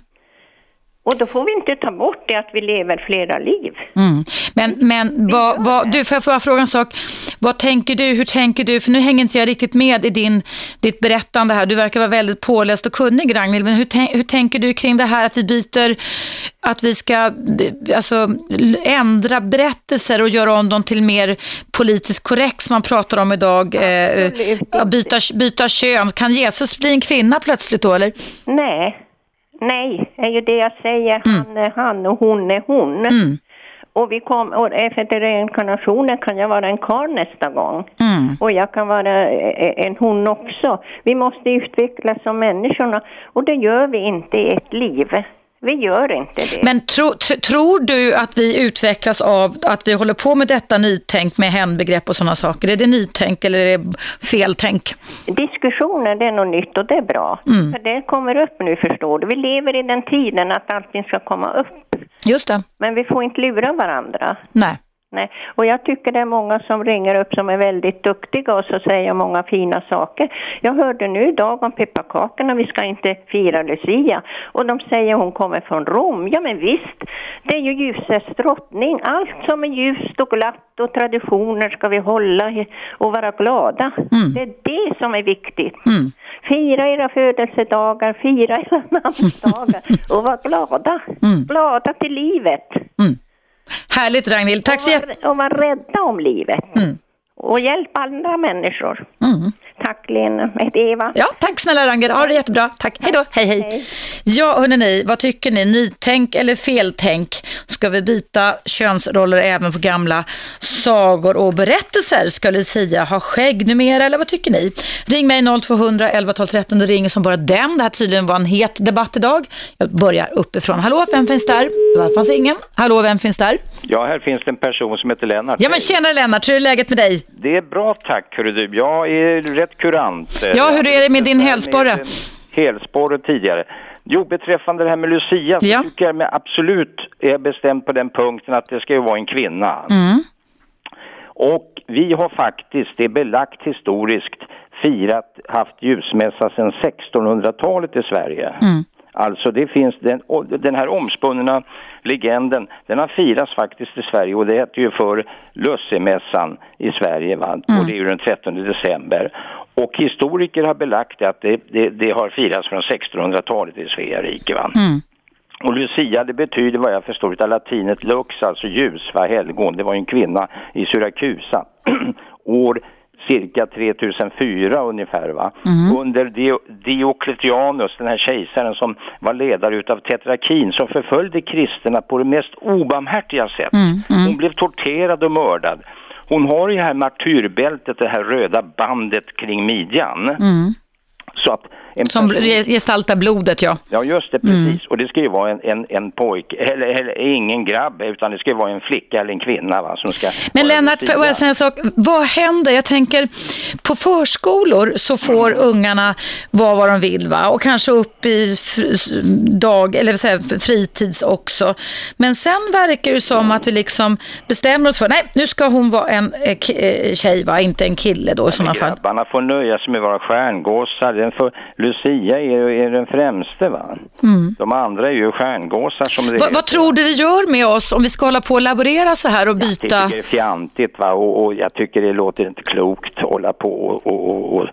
Och då får vi inte ta bort det att vi lever flera liv. Mm. Men, men vad, vad, du, får jag bara fråga en sak? Vad tänker du, hur tänker du? För nu hänger inte jag riktigt med i din, ditt berättande här. Du verkar vara väldigt påläst och kunnig, Ragnhild. Men hur, tänk, hur tänker du kring det här att vi byter, att vi ska alltså, ändra berättelser och göra om dem till mer politiskt korrekt som man pratar om idag? Eh, byta, byta kön. Kan Jesus bli en kvinna plötsligt då, eller? Nej. Nej, är ju det jag säger. Mm. Han är han och hon är hon. Mm. Och, vi kom, och efter reinkarnationen kan jag vara en karl nästa gång. Mm. Och jag kan vara en hon också. Vi måste utvecklas som människorna. Och det gör vi inte i ett liv. Vi gör inte det. Men tro, t- tror du att vi utvecklas av att vi håller på med detta nytänk med händbegrepp och sådana saker? Är det nytänk eller är det feltänk? Diskussioner, det är något nytt och det är bra. Mm. För det kommer upp nu, förstår du. Vi lever i den tiden att allting ska komma upp. Just det. Men vi får inte lura varandra. Nej. Nej. Och jag tycker det är många som ringer upp som är väldigt duktiga och så säger många fina saker. Jag hörde nu idag om pepparkakorna, vi ska inte fira Lucia. Och de säger hon kommer från Rom. Ja men visst, det är ju ljusets drottning. Allt som är ljust och glatt och traditioner ska vi hålla och vara glada. Mm. Det är det som är viktigt. Mm. Fira era födelsedagar, fira era namnsdagar och vara glada. Mm. Glada till livet. Mm. Härligt, Ragnhild. Tack så jättemycket. Och vara rädda om livet. Mm. Och hjälpa andra människor. Mm. Tack Lena, ett Eva. Ja, tack snälla Ragnhild. Ha det jättebra. Tack. Hej då. Hej, hej. Hej. Ja, hörrni, vad tycker ni? Nytänk eller feltänk? Ska vi byta könsroller även på gamla sagor och berättelser? Ska Lucia ha skägg numera eller vad tycker ni? Ring mig noll två hundra elva tolv tretton. Det ringer som bara den. Det här tydligen var en het debatt idag. Jag börjar uppifrån. Hallå, vem finns där? Det fanns ingen. Hallå, vem finns där? Ja, här finns det en person som heter Lennart. Ja, men tjena Lennart. Hur är läget med dig? Det är bra, tack. Hörru du. Jag är rätt kurant. Ja, hur är det med din hälsporre? Hälsporre tidigare. Jo, beträffande det här med Lucia så ja. tycker jag med absolut är bestämt på den punkten att det ska ju vara en kvinna. Mm. Och vi har faktiskt, det är belagt historiskt, firat, haft ljusmässa sedan sextonhundratalet i Sverige. Mm. Alltså det finns den, den här omspunna legenden, den har firats faktiskt i Sverige och det heter ju för Lussemässan i Sverige, va? Mm. Och det är ju den trettonde december. Och historiker har belagt att det, det, det har firats från sextonhundratalet i Svea rike, va? Mm. Och Lucia, det betyder vad jag förstår av latinet lux, alltså ljus, va, helgon. Det var ju en kvinna i Syrakusa år cirka tre tusen fyra ungefär, va? Mm. Under Dio- Diocletianus, den här kejsaren som var ledare utav Tetrakin, som förföljde kristna på det mest obarmhärtiga sätt. Mm. Mm. Hon blev torterad och mördad. Hon har ju det här martyrbältet, det här röda bandet kring midjan. Mm. Så att en som person... gestaltar blodet, ja. Ja, just det, precis. Mm. Och det ska ju vara en, en, en pojk, eller, eller ingen grabb, utan det ska ju vara en flicka eller en kvinna, va, som ska... Men Lennart, får jag säga en sak? Vad händer? Jag tänker, på förskolor så får mm. ungarna vara vad de vill, va? Och kanske upp i dag, eller säga, fritids också. Men sen verkar det som mm. att vi liksom bestämmer oss för, nej, nu ska hon vara en k- tjej, va? Inte en kille då i sådana fall. Grabbarna får nöja sig med att vara stjärngåsar, den får Lucia är, är den främste, va? Mm. De andra är ju stjärngåsar som det Va, är. Vad tror du det gör med oss om vi ska hålla på och laborera så här och byta? Jag tycker det är fjantigt, va? Och, och jag tycker det låter inte klokt att hålla på och, och, och, och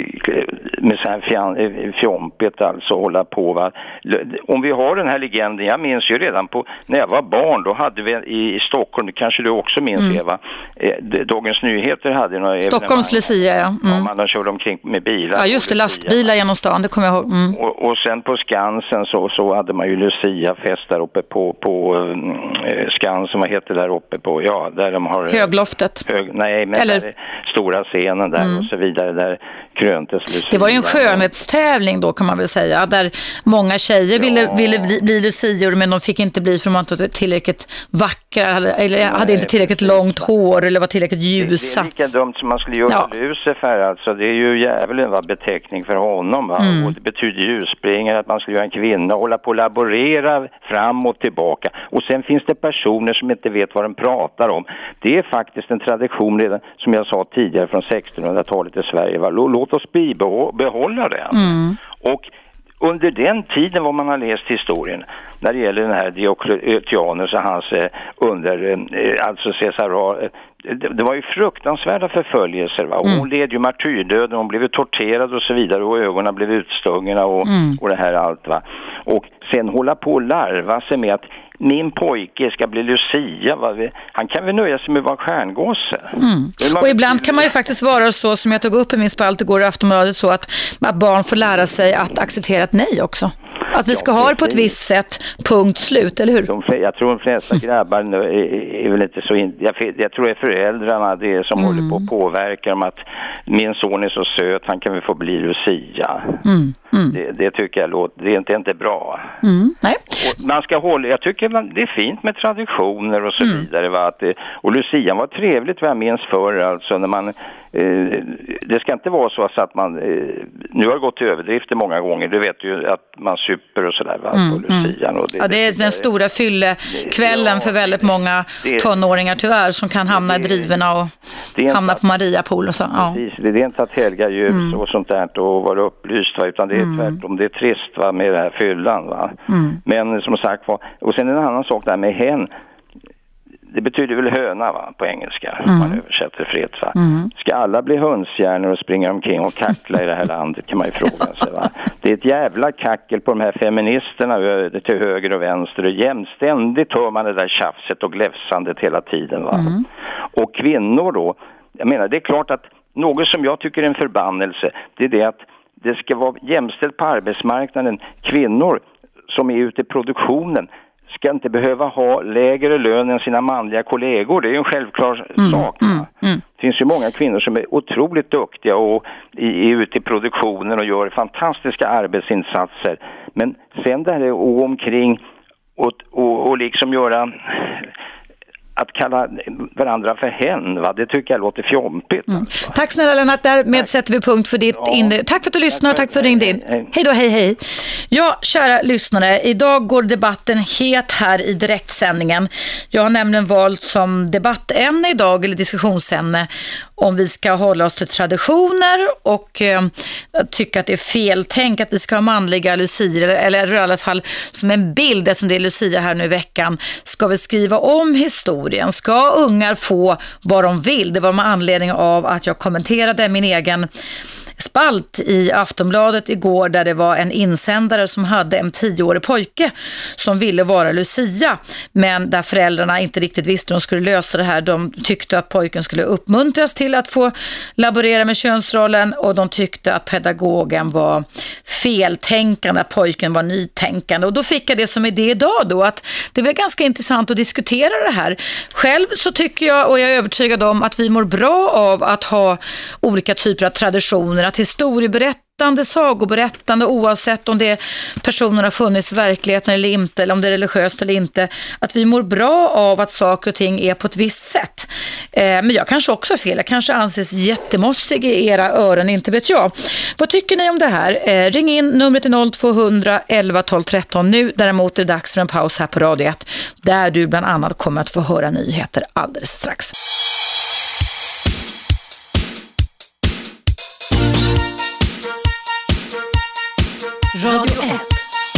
med så här fjam, fjompigt alltså hålla på, va? Om vi har den här legenden, jag minns ju redan på när jag var barn, då hade vi i, i Stockholm, kanske du också minns mm. Eva, eh, Dagens Nyheter hade några Stockholms Lucia, ja. Mm. Ja, man körde omkring med bilar. Ja, just det, lastbilar genom stan, det kommer jag ihåg. Mm. Och, och sen på Skansen så, så hade man ju Lucia-fest där uppe på, på eh, Skansen, vad heter där uppe på, ja, där de har... Högloftet. Hög, nej, men Eller... där stora scenen där mm. och så vidare, där kröntes Lucia. Det var ju en skönhetstävling då, kan man väl säga, där många tjejer ja. ville, ville bli, bli Lucior, men de fick inte bli för man inte var tillräckligt vackra, eller nej, hade inte tillräckligt långt hår eller var tillräckligt ljusa. Det, det är lika dumt som man skulle göra ja. Lucifer, alltså. Det är ju jävligt en beteckning för honom, va? Mm. Och det betyder ljusspringare, att man skulle göra en kvinna och hålla på och laborera fram och tillbaka. Och sen finns det personer som inte vet vad de pratar om. Det är faktiskt en tradition redan, som jag sa tidigare, från sextonhundratalet i Sverige, va? Låt oss behålla det. Mm. Och under den tiden vad man har läst historien när det gäller den här Diocletianus och hans eh, under, eh, alltså Caesar, eh, det, det var ju fruktansvärda förföljelser, va? Och hon mm. led ju martyrdöden, hon blev torterad och så vidare, och ögonen blev utstungna och, mm. och det här allt, va? Och sen hålla på och larva sig med att min pojke ska bli Lucia, va? Han kan väl nöja sig med att vara stjärngåse. Mm. Och ibland kan man ju faktiskt vara så, som jag tog upp i min spalt igår i Aftonbladet, så att, att barn får lära sig att acceptera ett nej också. Att vi ska ja, ha det på ett visst sätt, punkt slut, eller hur? De, jag tror de flesta grabbar är, är väl inte så... In, jag, jag tror det är föräldrarna det som mm. håller på att påverka dem, att min son är så söt, han kan väl få bli Lucia. Mm. Mm. Det, det tycker jag låter, det är inte, inte bra. Mm. Nej. Och man ska hålla, jag tycker man, det är fint med traditioner och så mm. vidare. Va? Att det, och Lucia var trevligt, vad jag minns förr, alltså när man... Eh, det ska inte vara så att man eh, nu har det gått till överdrifter många gånger, du vet ju att man super och sådär, va, mm, på Lucian, och det, ja, det är det, den stora fyllekvällen ja, för väldigt många det, tonåringar tyvärr som kan hamna det, i drivorna och hamna på Mariapool och så. Ja. Precis, det är inte att helga ljus mm. och sånt där och vara upplyst, va, utan det är mm. tvärtom, det är trist, va, med det här fyllan, va. Mm. Men som sagt, va, och sen en annan sak där med hen. Det betyder väl höna, va, på engelska, mm. om man översätter fritt, va. Mm. Ska alla bli hönshjärnor och springa omkring och kackla i det här landet, kan man ju fråga sig, va. Det är ett jävla kackel på de här feministerna till höger och vänster, och jämt ständigt hör man det där tjafset och gläfsandet hela tiden, va. Mm. Och kvinnor då, jag menar, det är klart att något som jag tycker är en förbannelse, det är det att det ska vara jämställt på arbetsmarknaden. Kvinnor som är ute i produktionen ska inte behöva ha lägre lön än sina manliga kollegor. Det är ju en självklar mm, sak. Mm, mm. Det finns ju många kvinnor som är otroligt duktiga och är ute i produktionen och gör fantastiska arbetsinsatser. Men sen där är och omkring och, och, och liksom göra... att kalla varandra för hen, va? Det tycker jag låter fjompigt. Mm. Alltså. Tack snälla Lennart, därmed tack. Sätter vi punkt för ditt ja. inne. Tack för att du lyssnade och tack för att du ringde in. Hej. hej då, hej hej. Ja, kära lyssnare, idag går debatten het här i direktsändningen. Jag har nämligen valt som debattämne idag, eller diskussionsämne, om vi ska hålla oss till traditioner och eh, tycka att det är fel tänk att vi ska ha manliga lucier, eller i alla fall som en bild, eftersom det är Lucia här nu i veckan, ska vi skriva om historien. Ska ungar få vad de vill? Det var med anledning av att jag kommenterade min egen spalt i Aftonbladet igår, där det var en insändare som hade en tioårig pojke som ville vara Lucia, men där föräldrarna inte riktigt visste hur de skulle lösa det här. De tyckte att pojken skulle uppmuntras till att få laborera med könsrollen, och de tyckte att pedagogen var feltänkande, att pojken var nytänkande. Och då fick jag det som idé idag då, att det var ganska intressant att diskutera det här. Själv så tycker jag, och jag är övertygad om, att vi mår bra av att ha olika typer av traditioner, att historieberättande, sagoberättande, oavsett om det är personerna har funnits i verkligheten eller inte, eller om det är religiöst eller inte, att vi mår bra av att saker och ting är på ett visst sätt. Eh, men jag kanske också är fel, jag kanske anses jättemossig i era öron, inte vet jag. Vad tycker ni om det här? Eh, ring in, numret är noll två hundra elva tolv tretton nu. Däremot är det dags för en paus här på Radio ett, där du bland annat kommer att få höra nyheter alldeles strax. Radio ett.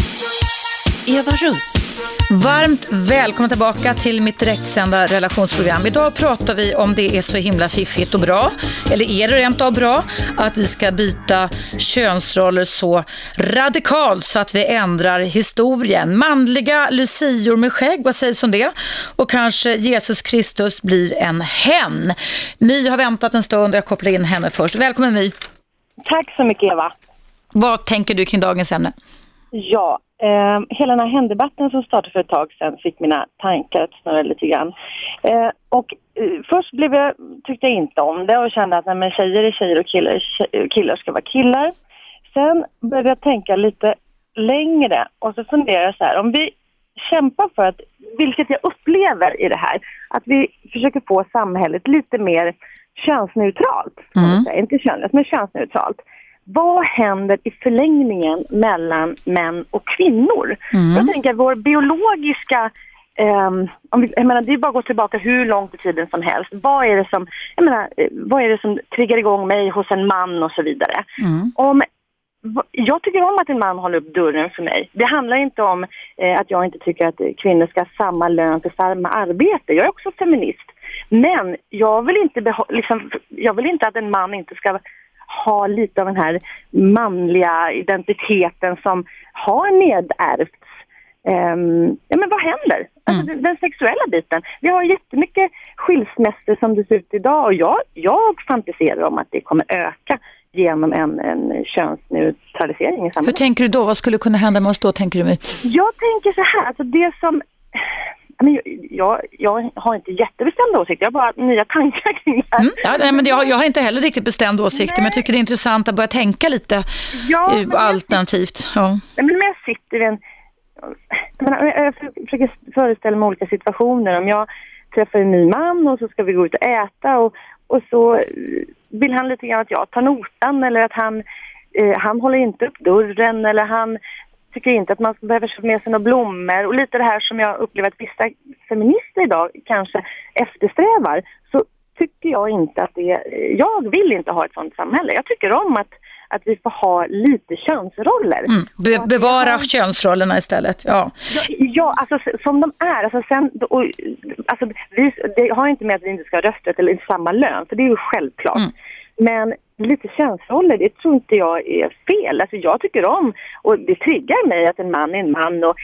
Eva Russ. Varmt välkommen tillbaka till mitt direktsända relationsprogram. Idag pratar vi om det är så himla fiffigt och bra, eller är det rent av bra, att vi ska byta könsroller så radikalt så att vi ändrar historien. Manliga lucior med skägg, vad sägs om det? Och kanske Jesus Kristus blir en hen. My har väntat en stund och jag kopplar in henne först. Välkommen My. Tack så mycket Eva. Vad tänker du kring dagens ämne? Ja, eh, hela den här händebatten som startade för ett tag sedan fick mina tankar att snurra lite grann. Eh, och eh, först blev jag, tyckte jag inte om det och kände att nej, men tjejer är tjejer och killar, killar ska vara killar. Sen började jag tänka lite längre och så funderar jag så här, om vi kämpar för att, vilket jag upplever i det här, att vi försöker få samhället lite mer könsneutralt, mm. inte könlöst men könsneutralt. Vad händer i förlängningen mellan män och kvinnor? Mm. Jag tänker att vår biologiska, eh, om vi, jag menar, det är bara att gå tillbaka hur långt i tiden som helst. Vad är det som, jag menar, vad är det som triggar igång mig hos en man och så vidare? Mm. Om, jag tycker om att en man håller upp dörren för mig. Det handlar inte om eh, att jag inte tycker att kvinnor ska ha samma lön för samma arbete. Jag är också feminist. Men jag vill inte, beho- liksom, jag vill inte att en man inte ska ha lite av den här manliga identiteten som har nedärvts. Um, ja, men vad händer? Alltså, mm. den, den sexuella biten. Vi har jättemycket skilsmässor som det ser ut idag och jag, jag fantiserar om att det kommer öka genom en, en könsneutralisering i samhället. Hur tänker du då? Vad skulle kunna hända med oss då, tänker du mig? Jag tänker så här, alltså det som... Men jag, jag har inte jättebestämda åsikter, jag har bara nya tankar kring det här. Mm, ja, nej, men jag, jag har inte heller riktigt bestämda åsikter, nej. Men jag tycker det är intressant att börja tänka lite ja, alternativt. Ja. Men jag sitter i en... Jag, menar, jag försöker föreställa mig olika situationer. Om jag träffar en ny man och så ska vi gå ut och äta och, och så vill han lite grann att jag tar notan eller att han, eh, han håller inte upp dörren eller han... tycker inte att man ska behöva köpa med sig några blommor och lite det här som jag upplever att vissa feminister idag kanske eftersträvar, så tycker jag inte att det, jag vill inte ha ett sånt samhälle. Jag tycker om att, att vi får ha lite könsroller. Mm. Be- bevara har... könsrollerna istället. Ja, ja, ja alltså som de är. Alltså, sen, och, alltså, vi, det har inte med att vi inte ska ha rösträtt eller samma lön, för det är ju självklart. Mm. Men lite könsroller, det tror inte jag är fel. Alltså jag tycker om, och det triggar mig att en man är en man och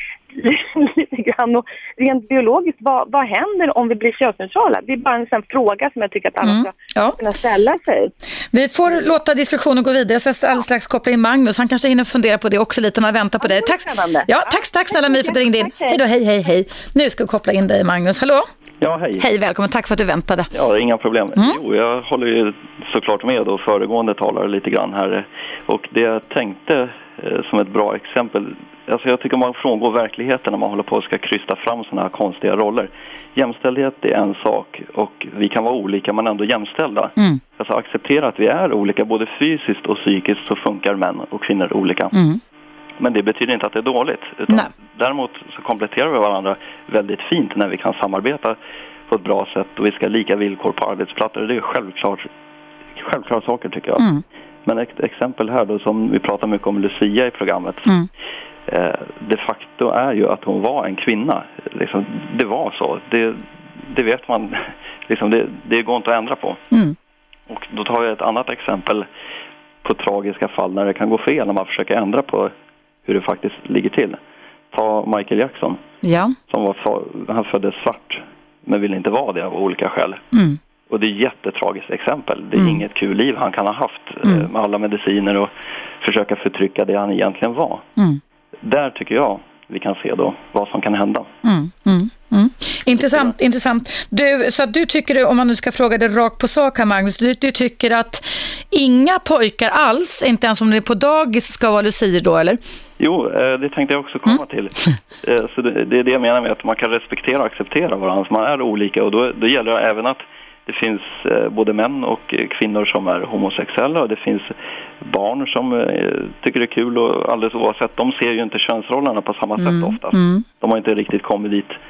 lite grann. Och rent biologiskt, vad, vad händer om vi blir könsneutrala? Det är bara en sån fråga som jag tycker att alla mm. ska ja. kunna ställa sig. Vi får låta diskussionen gå vidare. Jag ska alldeles strax koppla in Magnus. Han kanske hinner fundera på det också lite när han väntar på ja, dig. Tack, ja, tack, tack snälla My för att du ringde in. Hej då, hej, hej, hej. Nu ska vi koppla in dig, Magnus. Hallå? Ja, hej. Hej, välkommen. Tack för att du väntade. Ja, inga problem. Mm. Jo, jag håller ju såklart med då föregående talare lite grann här. Och det jag tänkte eh, som ett bra exempel, alltså jag tycker man frångår verkligheten när man håller på och ska krysta fram sådana här konstiga roller. Jämställdhet är en sak och vi kan vara olika men ändå jämställda. Mm. Alltså acceptera att vi är olika, både fysiskt och psykiskt så funkar män och kvinnor olika. Mm. Men det betyder inte att det är dåligt. Utan däremot så kompletterar vi varandra väldigt fint när vi kan samarbeta på ett bra sätt och vi ska ha lika villkor på arbetsplatser. Det är självklart, självklart saker tycker jag. Mm. Men ett exempel här då som vi pratar mycket om Lucia i programmet. Mm. Eh, de facto är ju att hon var en kvinna. Liksom, det var så. Det, det vet man. Liksom, det, det går inte att ändra på. Mm. Och då tar jag ett annat exempel på tragiska fall när det kan gå fel när man försöker ändra på hur det faktiskt ligger till. Ta Michael Jackson. Ja. Som var, han föddes svart men ville inte vara det av olika skäl. Mm. Och det är ett jättetragiskt exempel. Det är mm. inget kul liv han kan ha haft mm. med alla mediciner och försöka förtrycka det han egentligen var. Mm. Där tycker jag vi kan se då vad som kan hända. Mm. Mm. Mm. Intressant, intressant. Du, så att du tycker, om man nu ska fråga det rakt på sak här Magnus, du, du tycker att inga pojkar alls, inte ens om det är på dagis, ska vara lucier då, eller? Jo, det tänkte jag också komma mm. till. Så det, det är det jag menar med att man kan respektera och acceptera varandra. Man är olika och då, då gäller det även att det finns både män och kvinnor som är homosexuella och det finns barn som tycker det är kul och alldeles oavsett, de ser ju inte könsrollerna på samma mm. sätt oftast. Mm. De har inte riktigt kommit dit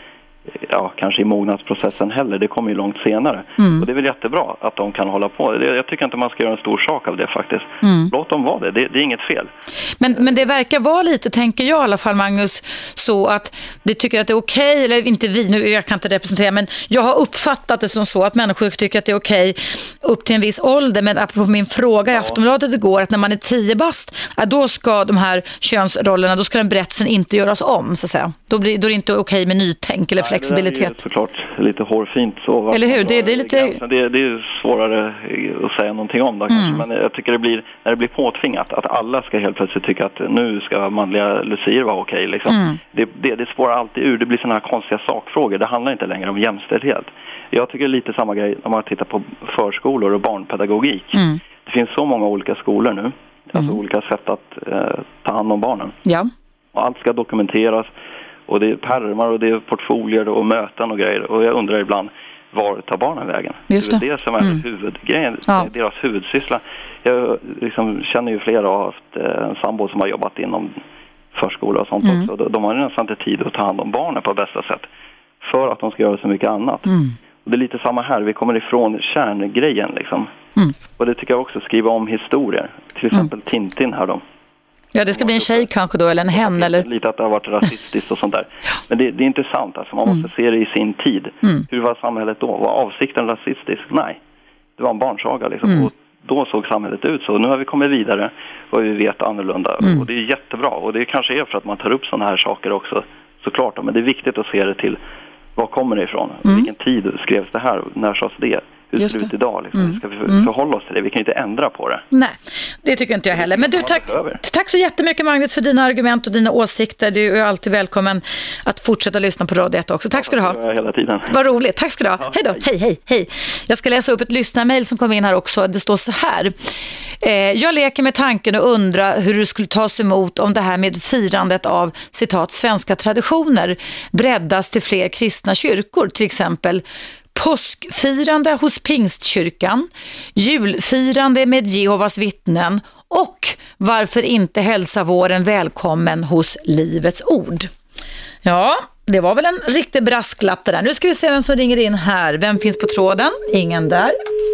ja, kanske i mognadsprocessen heller. Det kommer ju långt senare. Mm. Och det är väl jättebra att de kan hålla på. Det, jag tycker inte man ska göra en stor sak av det faktiskt. Mm. Låt dem vara det. det. Det är inget fel. Men, men det verkar vara lite, tänker jag i alla fall, Magnus, så att vi tycker att det är okej, eller inte vi, nu jag kan inte representera, men jag har uppfattat det som så att människor tycker att det är okej upp till en viss ålder. Men apropå min fråga i Aftonbladet igår, att när man är tio bast, då ska de här könsrollerna, då ska den berättelsen inte göras om, så att säga. Då, blir, då är det inte okej med nytänk eller flexibilitet. Det är såklart lite hårfint. Så eller hur? Det, det är lite... Det, det är svårare att säga någonting om då, kanske. Mm. Men jag tycker det blir, när det blir påtvingat att alla ska helt plötsligt tycka att nu ska manliga lucier vara okej. Liksom. Mm. Det, det, det spårar alltid ur. Det blir sådana här konstiga sakfrågor. Det handlar inte längre om jämställdhet. Jag tycker det är lite samma grej när man tittar på förskolor och barnpedagogik. Mm. Det finns så många olika skolor nu. Alltså Mm. olika sätt att eh, ta hand om barnen. Ja. Och allt ska dokumenteras. Och det är pärmar och det är portfolier och möten och grejer. Och jag undrar ibland, var tar barnen vägen? Just det. Det är det som är Mm. huvudgrejen, Ja. deras huvudsyssla. Jag liksom känner ju flera och har haft eh, en sambo som har jobbat inom förskola och sånt Mm. också. De, de har nästan inte tid att ta hand om barnen på bästa sätt. För att de ska göra så mycket annat. Mm. Och det är lite samma här, vi kommer ifrån kärngrejen liksom. Mm. Och det tycker jag också, skriva om historier. Till exempel mm. Tintin här då. Ja, det ska bli en tjej kanske då, eller en hen, eller... Lite att det har varit rasistiskt och sånt där. Men det, det är intressant, alltså. Man måste Mm. se det i sin tid. Mm. Hur var samhället då? Var avsikten rasistisk? Nej. Det var en barnsaga liksom. Mm. Och då såg samhället ut så. Nu har vi kommit vidare och vi vet annorlunda. Mm. Och det är jättebra. Och det kanske är för att man tar upp sådana här saker också, såklart. Men det är viktigt att se det till var kommer det ifrån? Mm. Vilken tid skrevs det här? När sades det? Hur Just ser det ut det. idag? Liksom? Mm. Hur ska vi för, Mm. förhålla oss till det? Vi kan ju inte ändra på det. Nej, det tycker inte jag heller. Men du, tack, tack så jättemycket, Magnus, för dina argument och dina åsikter. Du är alltid välkommen att fortsätta lyssna på Radio ett också. Tack ska du ha. Ja, hela tiden. Vad roligt. Tack ska du ha. Hej då. Hej, hej, hej. Jag ska läsa upp ett lyssnarmail som kom in här också. Det står så här. Eh, jag leker med tanken och undrar hur det skulle tas emot om det här med firandet av, citat, svenska traditioner breddas till fler kristna kyrkor, till exempel påskfirande hos Pingstkyrkan, julfirande med Jehovas vittnen och varför inte hälsa våren välkommen hos Livets ord. Ja, det var väl en riktig brasklapp det där. Nu ska vi se vem som ringer in här. Vem finns på tråden? Ingen där.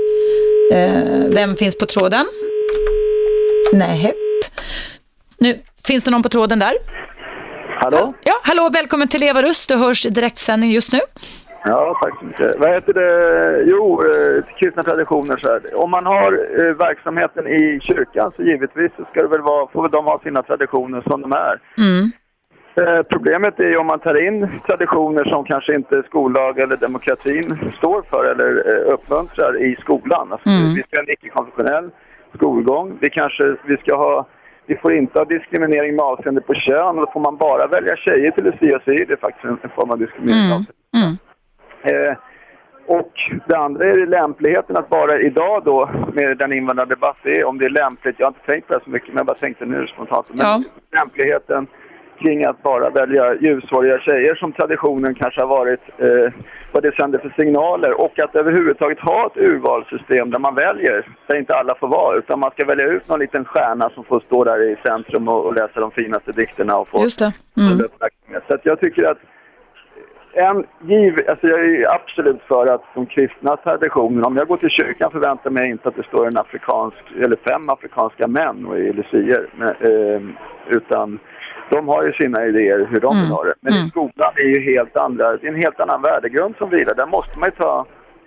Eh, vem finns på tråden? Nej. Nu finns det någon på tråden där. Hallå? Ja, hallå, välkommen till Eva Röst. Du hörs i direktsändning just nu. Ja, tack så mycket. Vad heter det? Jo, eh, kristna traditioner så här. Om man har eh, verksamheten i kyrkan så givetvis så ska det väl vara, får väl de ha sina traditioner som de är. Mm. Eh, problemet är ju om man tar in traditioner som kanske inte skollag eller demokratin står för eller eh, uppmuntrar i skolan. Alltså, Mm. vi ska ha en icke-konfessionell skolgång. Vi kanske, vi ska ha, vi får inte ha diskriminering med avseende på kön. Då får man bara välja tjejer till Lucia Sy. Det är faktiskt en, en form av diskriminering. Mm. Mm. Eh, och det andra är lämpligheten att bara idag då med den invandrardebatt det är, om det är lämpligt, jag har inte tänkt på det så mycket men jag bara tänkte nu spontant, men ja. lämpligheten kring att bara välja ljushåriga tjejer som traditionen kanske har varit, eh, vad det sänder för signaler, och att överhuvudtaget ha ett urvalssystem där man väljer, där inte alla får vara, utan man ska välja ut någon liten stjärna som får stå där i centrum och, och läsa de finaste dikterna och få. Just det. Mm. Så att jag tycker att En giv, alltså jag är absolut för att de kristna traditionerna, om jag går till kyrkan förväntar mig inte att det står en afrikansk eller fem afrikanska män och är lucier, men, eh, utan de har ju sina idéer hur de Mm. vill ha det. Men Mm. i skolan är ju helt andra, det är en helt annan värdegrund som vilar. Där måste man ju ta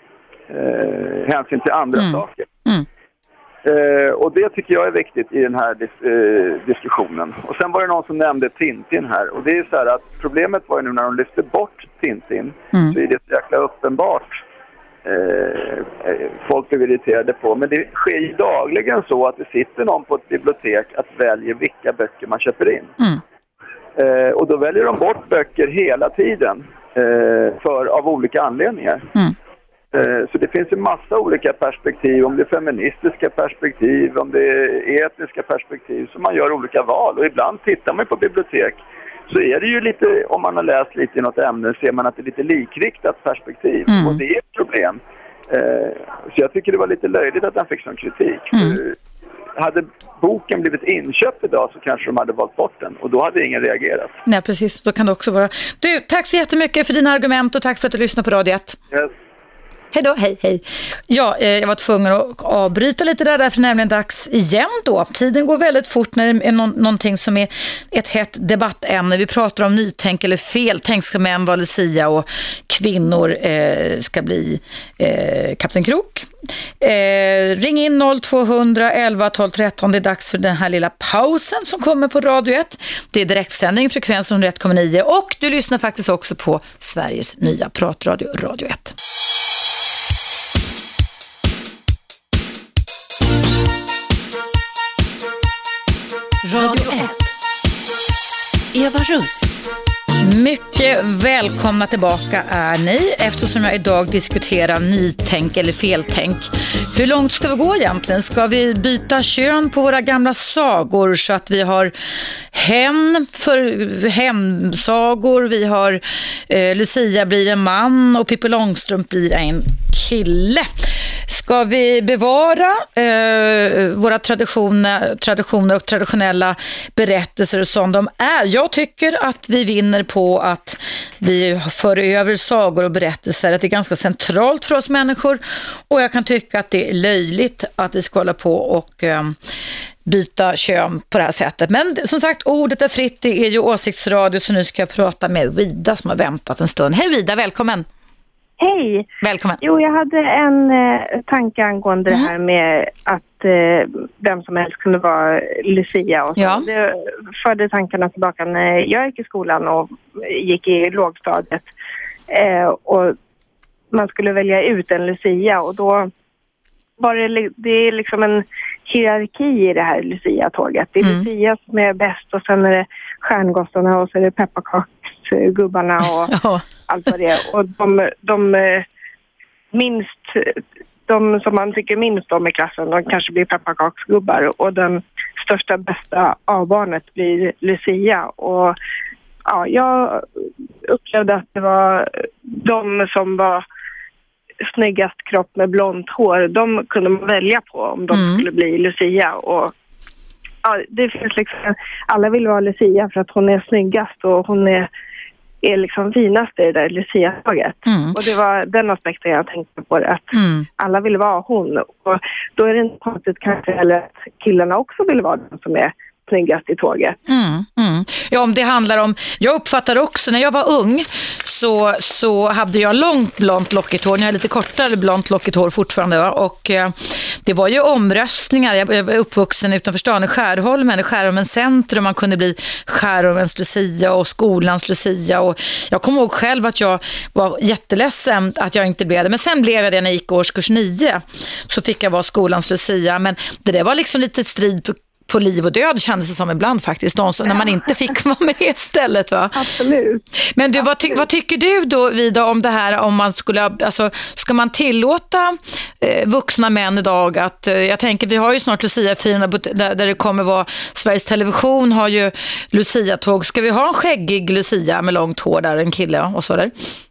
eh, hänsyn till andra Mm. saker. Mm. Eh, och det tycker jag är viktigt i den här dis- eh, diskussionen. Och sen var det någon som nämnde Tintin här. Och det är så här att problemet var ju nu när de lyfte bort Tintin, Mm. så är det så jäkla uppenbart. Eh, eh, folk är irriterade på. Men det sker ju dagligen så att det sitter någon på ett bibliotek att välja vilka böcker man köper in. Mm. Eh, och då väljer de bort böcker hela tiden eh, för, av olika anledningar. Mm. Eh, Så det finns en massa olika perspektiv, om det är feministiska perspektiv, om det är etniska perspektiv, så man gör olika val. Och ibland tittar man på bibliotek så är det ju lite, om man har läst lite i något ämne, ser man att det är lite likriktat perspektiv. Mm. Och det är ett problem. Eh, Så jag tycker det var lite löjligt att den fick sån kritik. Mm. För hade boken blivit inköpt idag så kanske de hade valt bort den. Och då hade ingen reagerat. Nej, precis. Då kan det också vara. Du, tack så jättemycket för dina argument och tack för att du lyssnade på Radio ett. Yes. Hej då, hej, hej. Ja, eh, jag var tvungen att avbryta lite där, därför är det nämligen dags igen då. Tiden går väldigt fort när det är no- någonting som är ett hett debattämne. Vi pratar om nytänk eller fel. Tänk ska män vara Lucia och kvinnor eh, ska bli eh, Kapten Krok. Eh, ring in noll två hundra elva tolv tretton. Det är dags för den här lilla pausen som kommer på Radio ett. Det är direktsändning, frekvens hundra ett komma nio och du lyssnar faktiskt också på Sveriges nya pratradio, Radio ett. Radio ett. Eva Russ. Mycket välkomna tillbaka är ni, eftersom jag idag diskuterar nytänk eller feltänk. Hur långt ska vi gå egentligen? Ska vi byta kön på våra gamla sagor så att vi har hen för hemsagor, vi har eh, Lucia blir en man och Pippi Långstrump blir en kille. Ska vi bevara eh, våra traditioner, traditioner och traditionella berättelser som de är? Jag tycker att vi vinner på att vi för över sagor och berättelser, att det är ganska centralt för oss människor, och jag kan tycka att det är löjligt att vi ska hålla på och eh, byta kön på det här sättet. Men som sagt, ordet är fritt, det är ju åsiktsradio, så nu ska jag prata med Vida som har väntat en stund. Hej Vida, välkommen! Hej! Välkommen! Jo, jag hade en eh, tanke angående mm. det här med att eh, vem som helst kunde vara Lucia och så. Ja. Det förde tankarna tillbaka när jag gick i skolan och gick i lågstadiet. Eh, och man skulle välja ut en Lucia, och då var det, det är liksom en hierarki i det här Lucia-tåget. Det är mm. Lucia som är bäst, och sen är det stjärngossarna och så är det pepparkaksgubbarna och ja. allt vad det är. Och de, de minst, de som man tycker minst om i klassen, de kanske blir pepparkaksgubbar, och den största bästa avbarnet blir Lucia. Och ja, jag upplevde att det var de som var snyggast kropp med blont hår, de kunde man välja på om de mm. skulle bli Lucia. Och ja, det finns liksom, alla vill vara Lucia för att hon är snyggast och hon är, är liksom finast i det där Lucia-taget. Mm. Och det var den aspekten jag tänkte på det, att mm. alla vill vara hon. Och då är det inte konstigt kanske heller att killarna också vill vara den som är snyggast i tåget. Mm, mm. Ja, om det handlar om, jag uppfattar också, när jag var ung så, så hade jag långt blont lockigt hår. Jag har lite kortare blont lockigt hår fortfarande, va? Och eh, det var ju omröstningar. Jag var uppvuxen utanför stan i Skärholmen, i Skärholmens centrum. Man kunde bli Skärholmens Lucia och skolans Lucia, och jag kommer ihåg själv att jag var jätteledsen att jag inte blev det. Men sen blev jag det när jag gick årskurs nio, så fick jag vara skolans Lucia. Men det där var liksom lite strid på på liv och död, kändes det som ibland faktiskt, de som, när man inte fick vara med istället, va? Absolut. Men du, vad, ty- vad tycker du då, Vida, om det här, om man skulle, alltså, ska man tillåta eh, vuxna män idag att, eh, jag tänker, vi har ju snart Lucia-firande där, där det kommer vara, Sveriges Television har ju Lucia-tåg, ska vi ha en skäggig Lucia med långt hår där, en kille och så där?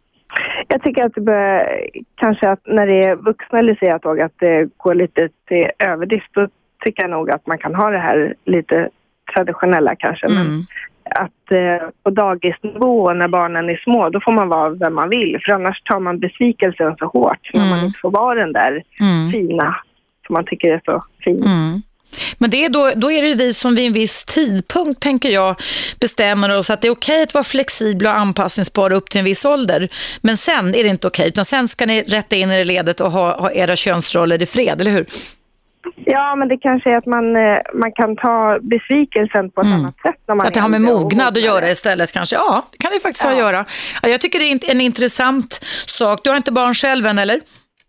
Jag tycker att det bör, kanske att när det är vuxna Lucia-tåg att det går lite till överdrift, tycker jag nog att man kan ha det här lite traditionella kanske. Mm. Men att eh, på dagisnivå när barnen är små, då får man vara vem man vill. För annars tar man besvikelsen så hårt när mm. man inte får vara den där mm. fina som man tycker är så fin. Mm. Men det är då, då är det vi som vid en viss tidpunkt, tänker jag, bestämmer oss att det är okej att vara flexibla och anpassningsbara upp till en viss ålder. Men sen är det inte okej, utan sen ska ni rätta in er i ledet och ha, ha era könsroller i fred, eller hur? Ja, men det kanske är att man, man kan ta besvikelsen på ett mm. annat sätt. När man att det har med mognad att göra istället kanske. Ja, det kan det faktiskt ja. ha att göra. Ja, jag tycker det är en intressant sak. Du har inte barn själv än, eller?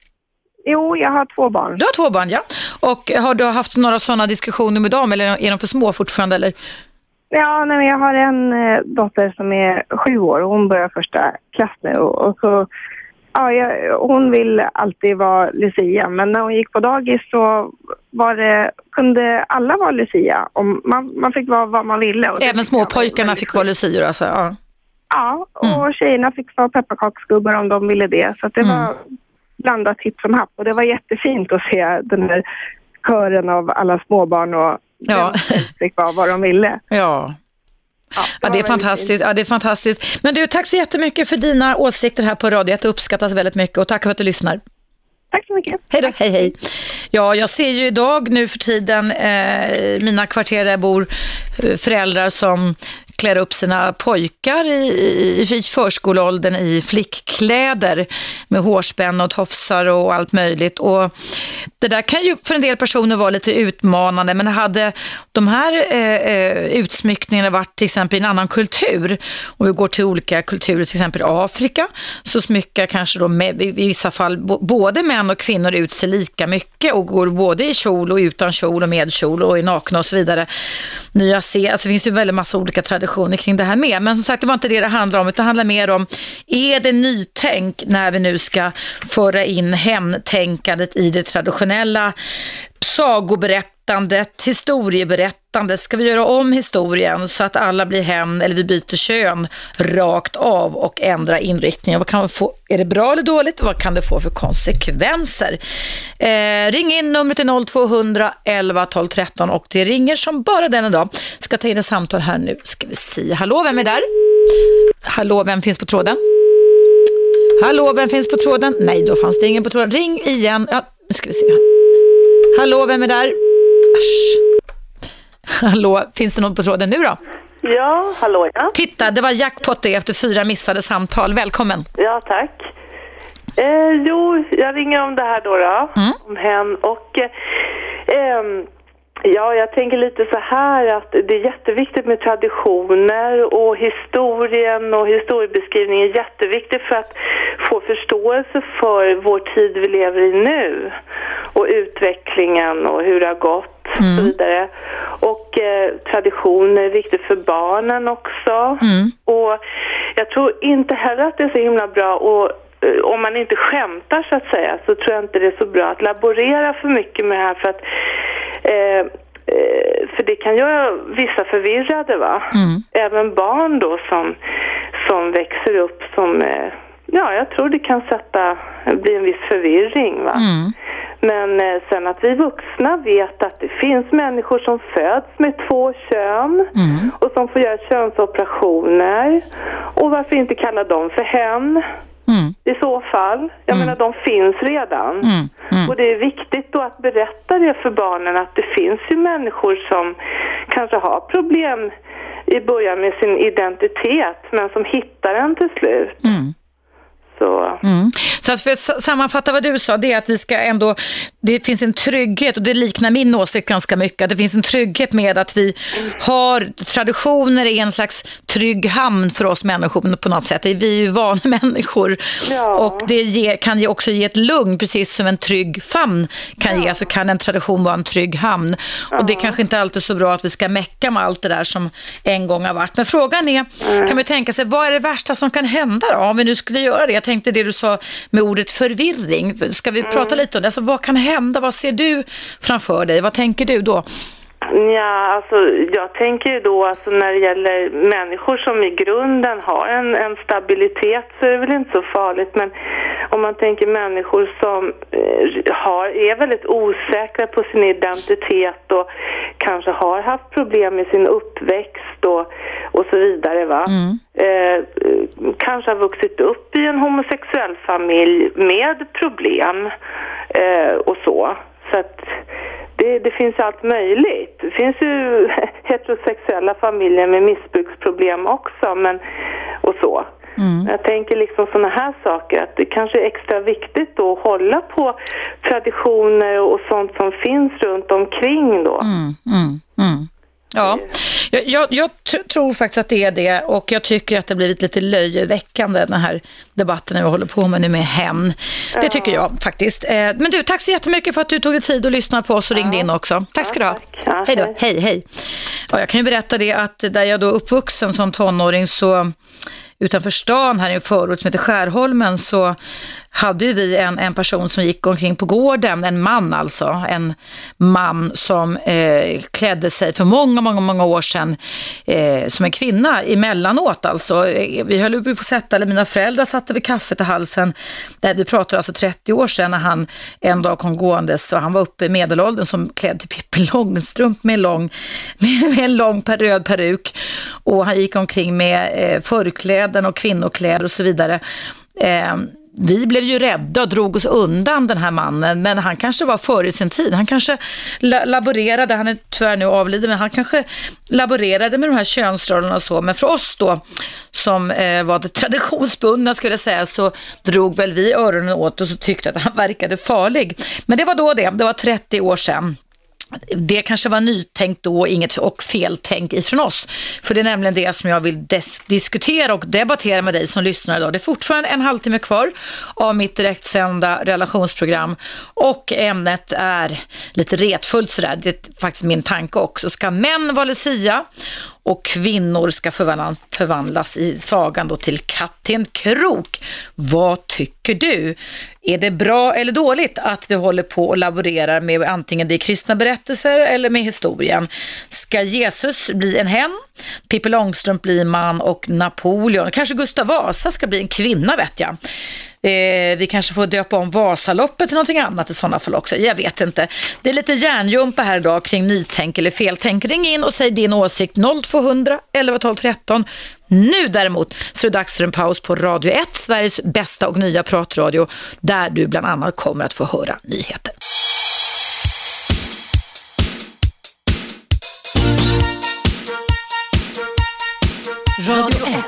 Jo, jag har två barn. Du har två barn, ja. Och har du haft några sådana diskussioner med dem, eller är de för små fortfarande, eller? Ja, nej, men jag har en eh, dotter som är sju år och hon börjar första klass nu. Och, och så... Ja, jag, hon vill alltid vara Lucia, men när hon gick på dagis så var det, kunde alla vara Lucia. Och man, man fick vara vad man ville. Och även små pojkarna fick vara Lucia, alltså? Ja, ja och mm. tjejerna fick vara pepparkaksgubbar om de ville det. Så att det mm. var blandat hipp som happ. Och det var jättefint att se den här kören av alla småbarn och ja. fick vara vad de ville. Ja. Ja, det, ja, det är fantastiskt. Ja, det är fantastiskt. Men du, tack så jättemycket för dina åsikter här på radio. Det uppskattas väldigt mycket och tack för att du lyssnar. Tack så mycket. Hej då, hej hej. Ja, jag ser ju idag nu för tiden eh, mina kvarter där jag bor föräldrar som klär upp sina pojkar i, i förskoleåldern i flickkläder med hårspänn och tofsar och allt möjligt. Och det där kan ju för en del personer vara lite utmanande, men hade de här eh, utsmyckningarna varit till exempel i en annan kultur, och vi går till olika kulturer, till exempel Afrika, så smyckar kanske då med, i vissa fall b- både män och kvinnor ut sig lika mycket och går både i kjol och utan kjol och med kjol och i nakna och så vidare. Nya se, alltså det finns ju väldigt massa olika traditioner kring det här med, men som sagt det var inte det det handlar om, utan det handlar mer om, är det nytänk när vi nu ska föra in hemtänkandet i det traditionella sagoberättandet, historieberättandet? Ska vi göra om historien så att alla blir hem, eller vi byter kön rakt av och ändra inriktningen? Vad kan vi få? Är det bra eller dåligt? Vad kan det få för konsekvenser? Eh, ring in numret till noll två hundra elva tolv tretton och det ringer som bara den idag. Ska ta in ett samtal här nu. Ska vi se. Hallå, vem är där? Hallå, vem finns på tråden? Hallå, vem finns på tråden? Nej, då fanns det ingen på tråden. Ring igen. Ja, nu ska vi se. Hallå, vem är där? Asch. Hallå, finns det något på tråden nu då? Ja, hallå ja. Titta, det var jackpot det efter fyra missade samtal. Välkommen. Ja, tack. Eh, jo, jag ringer om det här då, då mm. om hen och eh, eh, ja, jag tänker lite så här att det är jätteviktigt med traditioner och historien och historiebeskrivning är jätteviktigt för att få förståelse för vår tid vi lever i nu och utvecklingen och hur det har gått mm. och så vidare. Och eh, traditioner är viktigt för barnen också. Mm. Och jag tror inte heller att det är så himla bra, och om man inte skämtar så att säga, så tror jag inte det är så bra att laborera för mycket med det här, för att eh, för det kan göra vissa förvirrade, va? Mm. Även barn då som, som växer upp som, eh, ja, jag tror det kan sätta, bli en viss förvirring, va? Mm. Men eh, sen att vi vuxna vet att det finns människor som föds med två kön mm. och som får göra könsoperationer, och varför inte kalla dem för hen? Mm. I så fall, jag mm. menar de finns redan mm. Mm. och det är viktigt då att berätta det för barnen, att det finns ju människor som kanske har problem i början med sin identitet men som hittar den till slut. Mm. Så. Mm. Så att för att sammanfatta vad du sa, det är att vi ska ändå, det finns en trygghet, och det liknar min åsikt ganska mycket, det finns en trygghet med att vi har traditioner i en slags trygg hamn för oss människor på något sätt. Vi är ju vana människor ja. och det ger, kan ju också ge ett lugn, precis som en trygg famn kan ja. ge, så kan en tradition vara en trygg hamn. Ja. Och det är kanske inte alltid så bra att vi ska mecka med allt det där som en gång har varit. Men frågan är, mm. kan vi tänka sig, vad är det värsta som kan hända då, om vi nu skulle göra det? Jag tänkte det du sa med ordet förvirring. Ska vi mm. prata lite om det? Alltså, vad kan hända? Vad ser du framför dig? Vad tänker du då? Ja, alltså jag tänker ju då, alltså när det gäller människor som i grunden har en, en stabilitet, så är det väl inte så farligt, men om man tänker människor som eh, har, är väldigt osäkra på sin identitet och kanske har haft problem med sin uppväxt och, och så vidare, va? Mm. Eh, kanske har vuxit upp i en homosexuell familj med problem eh, och så. Så att det, det finns allt möjligt. Det finns ju heterosexuella familjer med missbruksproblem också, men och så. Mm. Jag tänker liksom såna här saker, att det kanske är extra viktigt då att hålla på traditioner och sånt som finns runt omkring då. Mm, mm, mm. Ja, jag, jag, jag t- tror faktiskt att det är det, och jag tycker att det har blivit lite löjeväckande den här debatten vi håller på med nu med hem. Det ja. tycker jag faktiskt. Men du, tack så jättemycket för att du tog dig tid och lyssnade på oss och ringde ja. in också. Tack ska ja, du ha. Ja, hej då, hej, hej. Ja, jag kan ju berätta det att där jag då uppvuxen som tonåring, så utanför stan här i en förort som heter Skärholmen, så hade ju vi en, en person som gick omkring på gården, en man alltså, en man som eh, klädde sig för många, många, många år sedan eh, som en kvinna emellanåt alltså. Vi höll upp på att sätta, eller mina föräldrar satte vid kaffet i halsen. Där vi pratade alltså trettio år sedan när han en dag kom gåendes, så han var uppe i medelåldern som klädd till Pippi Långstrump med, lång, med, med en lång röd peruk, och han gick omkring med eh, förkläden och kvinnokläder och så vidare. Eh, vi blev ju rädda och drog oss undan den här mannen, men han kanske var före sin tid. Han kanske laborerade, han är tyvärr nu avliden, men han kanske laborerade med de här könsrollerna och så. Men för oss då, som eh, var det traditionsbundna skulle jag säga, så drog väl vi öronen åt och så tyckte att han verkade farlig. Men det var då det, det var trettio år sedan. Det kanske var nytänkt då, inget och feltänk ifrån oss. För det är nämligen det som jag vill des- diskutera och debattera med dig som lyssnar idag. Det är fortfarande en halvtimme kvar av mitt direktsända relationsprogram. Och ämnet är lite retfullt sådär. Det är faktiskt min tanke också. Ska män vara Lucia och kvinnor ska förvandlas, förvandlas i sagan då till Kapten Krok? Vad tycker du? Är det bra eller dåligt att vi håller på och laborerar med antingen det kristna berättelser eller med historien? Ska Jesus bli en hen? Pippi Långstrump blir man och Napoleon. Kanske Gustav Vasa ska bli en kvinna, vet jag. Eh, vi kanske får döpa om Vasaloppet till någonting annat i sådana fall också. Jag vet inte. Det är lite hjärnjumpa här idag kring nytänk eller feltänk. Ring in och säg din åsikt noll tvåhundra elva tolv tretton. Nu däremot så är det dags för en paus på Radio ett, Sveriges bästa och nya pratradio, där du bland annat kommer att få höra nyheter. Radio ett.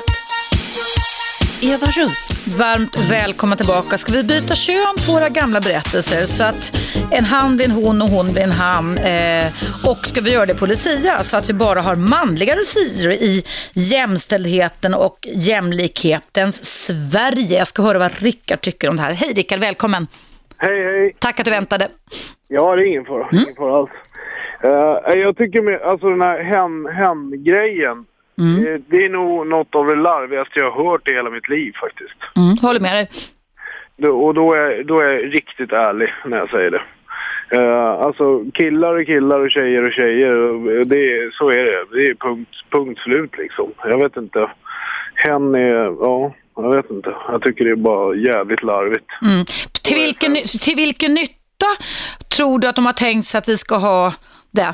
Eva Russ. Varmt välkomna tillbaka. Ska vi byta kön på våra gamla berättelser så att en han blir en hon och hon blir en han, eh, och ska vi göra det på Lucia så att vi bara har manliga lucier i jämställdheten och jämlikhetens Sverige. Jag ska höra vad Rickard tycker om det här. Hej Rickard, välkommen. Hej hej. Tack att du väntade. Ja, det är ingen fara, mm. ingen fara alls. Uh, jag tycker med, alltså den här hem, hem-grejen, Mm. Det, det är nog något av det larvigaste jag har hört i hela mitt liv faktiskt. Mm, håller med dig. Då, och då är, då är jag riktigt ärlig när jag säger det. Uh, alltså killar och killar och tjejer och tjejer, det är, så är det. Det är punkt, punkt slut liksom. Jag vet inte. Hen är, ja, jag vet inte. Jag tycker det är bara jävligt larvigt. Mm. Till, vilken, till vilken nytta tror du att de har tänkt sig att vi ska ha det?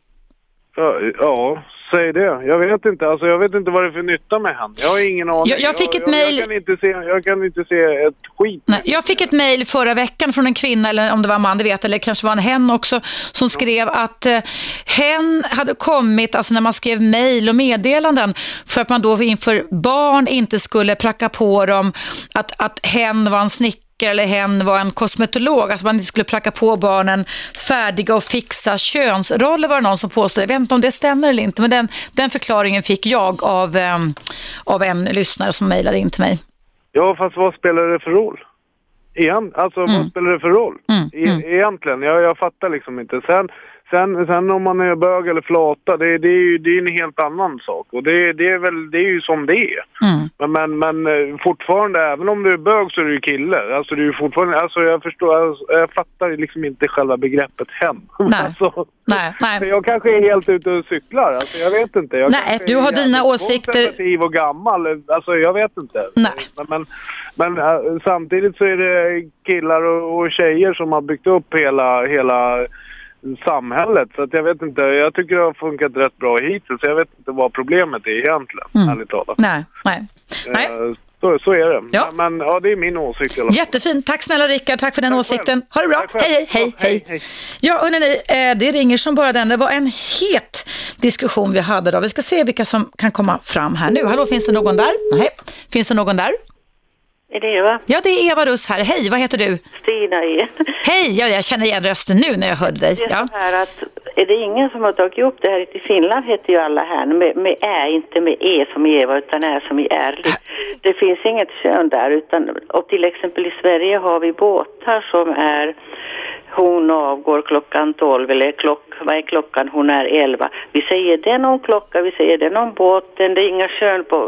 Ja, ja, säg det. Jag vet inte. Alltså, jag vet inte vad det är för nytta med han. Jag har ingen aning. Jag, jag fick jag, ett mejl. Jag, jag, kan inte se, jag kan inte se ett skit. Nej, jag fick ett mejl förra veckan från en kvinna, eller om det var en man, det vet, eller kanske var en hen också, som skrev att eh, hen hade kommit, alltså när man skrev mejl och meddelanden, för att man då inför barn inte skulle pracka på dem att, att hen var en snickare eller hen var en kosmetolog, alltså man inte skulle pracka på barnen färdiga och fixa könsroller, var det någon som påstod. Jag vet inte om det stämmer eller inte, men den, den förklaringen fick jag av, um, av en lyssnare som mejlade in till mig. Ja, fast vad spelar det för roll? Igen, alltså mm. vad spelar det för roll? Mm. E- egentligen, jag, jag fattar liksom inte. Sen, sen, sen om man är bög eller flata, det, det, är ju, det är en helt annan sak. Och det, det, är, väl, det är ju som det är. Mm. Men, men, men fortfarande, även om du är bög så är du ju kille. Alltså, det är ju fortfarande, alltså jag förstår, alltså, jag fattar liksom inte själva begreppet hem. Nej. Alltså, nej, nej. Jag kanske är helt ute och cyklar. Alltså, jag vet inte. Jag nej, du har dina åsikter. Konservativ och gammal. Alltså, jag vet inte. Nej. Men, men, men äh, samtidigt så är det killar och, och tjejer som har byggt upp hela, hela samhället. Så att jag vet inte, jag tycker det har funkat rätt bra hittills. Jag vet inte vad problemet är egentligen, mm. ärligt talat. Nej, nej. nej. Uh, så, så är det. Ja. Men, men ja, det är min åsikt. Eller? Jättefint. Tack snälla Rickard. Tack för den tack åsikten. Själv. Ha det bra. Hej, hej, hej, hej. hej. Ja, hörrni, det ringer som bara den. Det var en het diskussion vi hade då. Vi ska se vilka som kan komma fram här nu. Hallå, finns det någon där? Nej. Finns det någon där? Är det Eva? Ja, det är Eva Russ här. Hej, vad heter du? Stina igen. Hej, ja, jag känner igen rösten nu när jag hörde dig. Det är ja. så här att, är det ingen som har tagit upp det här? I Finland heter ju alla här med, med ä, inte med e som i Eva utan ä som i ärlig. Det finns inget kön där utan, och till exempel i Sverige har vi båtar som är hon avgår klockan tolv eller klock, vad är klockan? Hon är elva. Vi säger den om klockan, vi säger den om båten. Det är inga kön på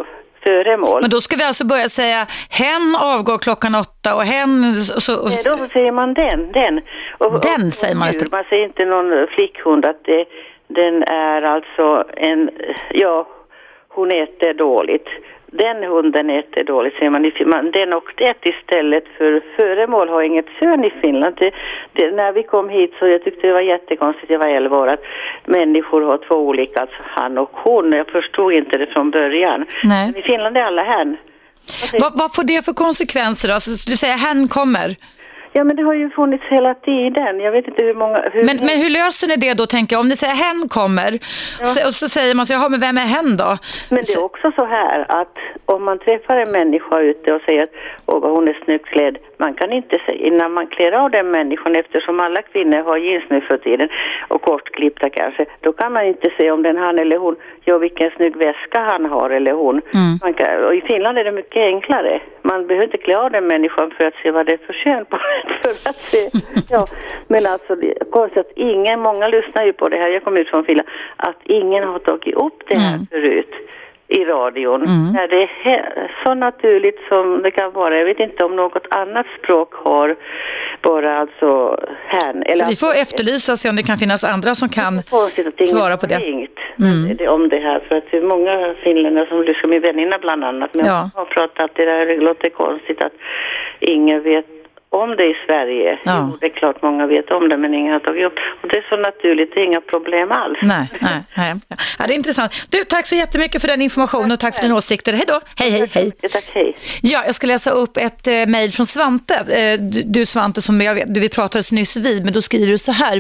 föremål. Men då ska vi alltså börja säga hen avgår klockan åtta och hen... Så, och... Nej, då säger man den. Den, och, den och, säger man istället. Man säger inte någon flickhund att det, den är alltså en... Ja, hon äter dåligt. Den hunden äter dåligt, säger man i Finland. Den och det istället för föremål har inget kön i Finland. Det, det, när vi kom hit så jag tyckte det var jättekonstigt, jag var elva år, att människor har två olika, alltså han och hon. Jag förstod inte det från början. Nej. Men i Finland är alla hen. Vad, vad får det för konsekvenser då? Alltså, du säger hen kommer. Ja, men det har ju funnits hela tiden. Jag vet inte hur många... Hur men, men hur löser ni det då, tänker jag? Om ni säger hen kommer, ja. så, och så säger man så, jaha, men vem är hen då? Men det är också så här att om man träffar en människa ute och säger att åh, vad hon är snyggt klädd, man kan inte säga, innan man klär av den människan, eftersom alla kvinnor har jeans nu för tiden och kortklippta kanske, då kan man inte säga om den han eller hon, ja, vilken snygg väska han har eller hon. Mm. Man kan, och i Finland är det mycket enklare. Man behöver inte klä av den människan för att se vad det är för kön på för att se. Ja, men alltså det är konstigt att ingen, många lyssnar ju på det här, jag kommer ut från Finland, att ingen har tagit upp det här mm. förut i radion. Mm. När det är så naturligt som det kan vara. Jag vet inte om något annat språk har bara alltså hen. Eller så vi får efterlysa sig om det kan finnas andra som kan svara på det. Mm. det. Om det här, för att det är många finländare som lyssnar, min väninna bland annat, men ja. jag har pratat det där, det låter konstigt att ingen vet om det i Sverige. Ja. Jo, det är klart många vet om det, men ingen har tagit upp. Och det är så naturligt, det är inga problem alls. Nej, nej, nej. Ja, det är intressant. Du, tack så jättemycket för den informationen och tack för dina åsikter. Hej då. Hej, hej, hej. Tack, hej. Ja, jag ska läsa upp ett eh, mejl från Svante. Eh, du, du Svante, som jag vet, du, vi pratades nyss vid, men då skriver du så här.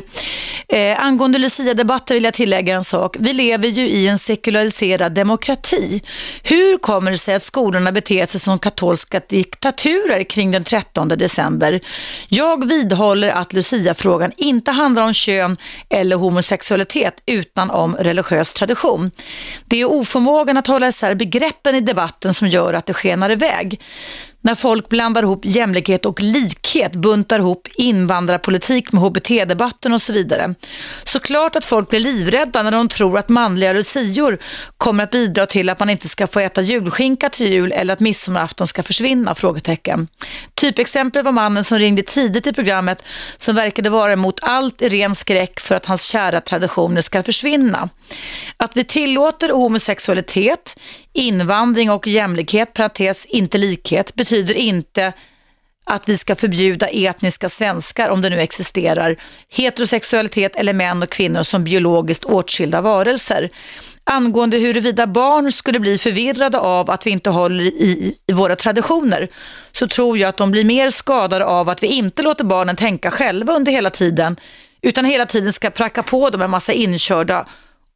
Eh, angående Lucia-debatten vill jag tillägga en sak. Vi lever ju i en sekulariserad demokrati. Hur kommer det sig att skolorna beter sig som katolska diktaturer kring den trettonde december? Jag vidhåller att Lucia-frågan inte handlar om kön eller homosexualitet utan om religiös tradition. Det är oförmågan att hålla isär begreppen i debatten som gör att det skenar iväg. När folk blandar ihop jämlikhet och likhet, buntar ihop invandrarpolitik med H B T-debatten och så vidare. Såklart att folk blir livrädda när de tror att manliga lucior kommer att bidra till att man inte ska få äta julskinka till jul eller att midsommarafton ska försvinna, frågetecken. Typexempel var mannen som ringde tidigt i programmet som verkade vara emot allt i ren skräck för att hans kära traditioner ska försvinna. Att vi tillåter homosexualitet, invandring och jämlikhet, parentes, inte likhet, betyder inte att vi ska förbjuda etniska svenskar, om det nu existerar, heterosexualitet eller män och kvinnor som biologiskt åtskilda varelser. Angående huruvida barn skulle bli förvirrade av att vi inte håller i, i våra traditioner, så tror jag att de blir mer skadade av att vi inte låter barnen tänka själva under hela tiden, utan hela tiden ska pracka på dem en massa inkörda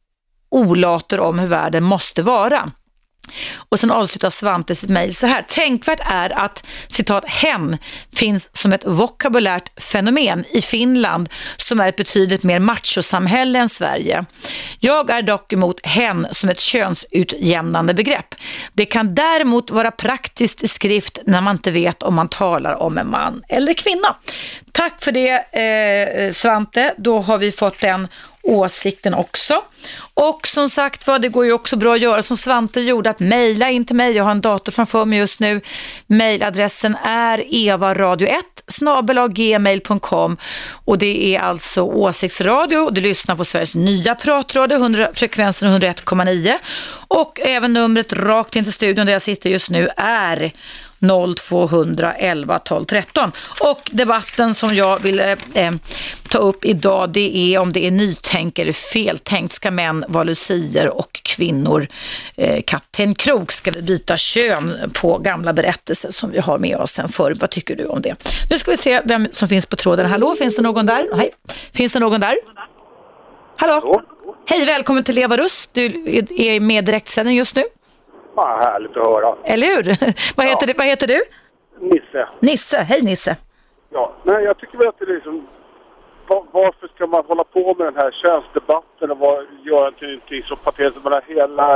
olater om hur världen måste vara. Och sen avslutar Svante sitt mejl så här. Tänkvärt är att, citat, hen finns som ett vokabulärt fenomen i Finland som är ett betydligt mer machosamhälle än Sverige. Jag är dock emot hen som ett könsutjämnande begrepp. Det kan däremot vara praktiskt i skrift när man inte vet om man talar om en man eller kvinna. Tack för det, eh, Svante. Då har vi fått den åsikten också. Och som sagt vad, det går ju också bra att göra som Svante gjorde, att mejla in till mig. Jag har en dator framför mig just nu. Mejladressen är evaradio ett snabel-a gmail punkt com och det är alltså åsiktsradio. Du lyssnar på Sveriges nya pratradio, hundra, frekvensen hundraett komma nio, och även numret rakt in till studion där jag sitter just nu är noll två elva tolv tretton. Och debatten som jag vill eh, ta upp idag, det är om det är nytänk eller feltänkt. Ska män vara lucier och kvinnor eh, Kapten Krok? Ska vi byta kön på gamla berättelser som vi har med oss sen förr? Vad tycker du om det? Nu ska vi se vem som finns på tråden. Hallå, finns det någon där? Hej. Finns det någon där? Hallå? Hallå? Hej, välkommen till Leva Rust. Du är med direktsändning just nu. Ja, härligt att höra. Eller hur? vad, heter ja. det, vad heter du? Nisse. Nisse, hej Nisse. Ja, men jag tycker väl att det är liksom, var, varför ska man hålla på med den här könsdebatten och var, göra någonting så patetiskt med hela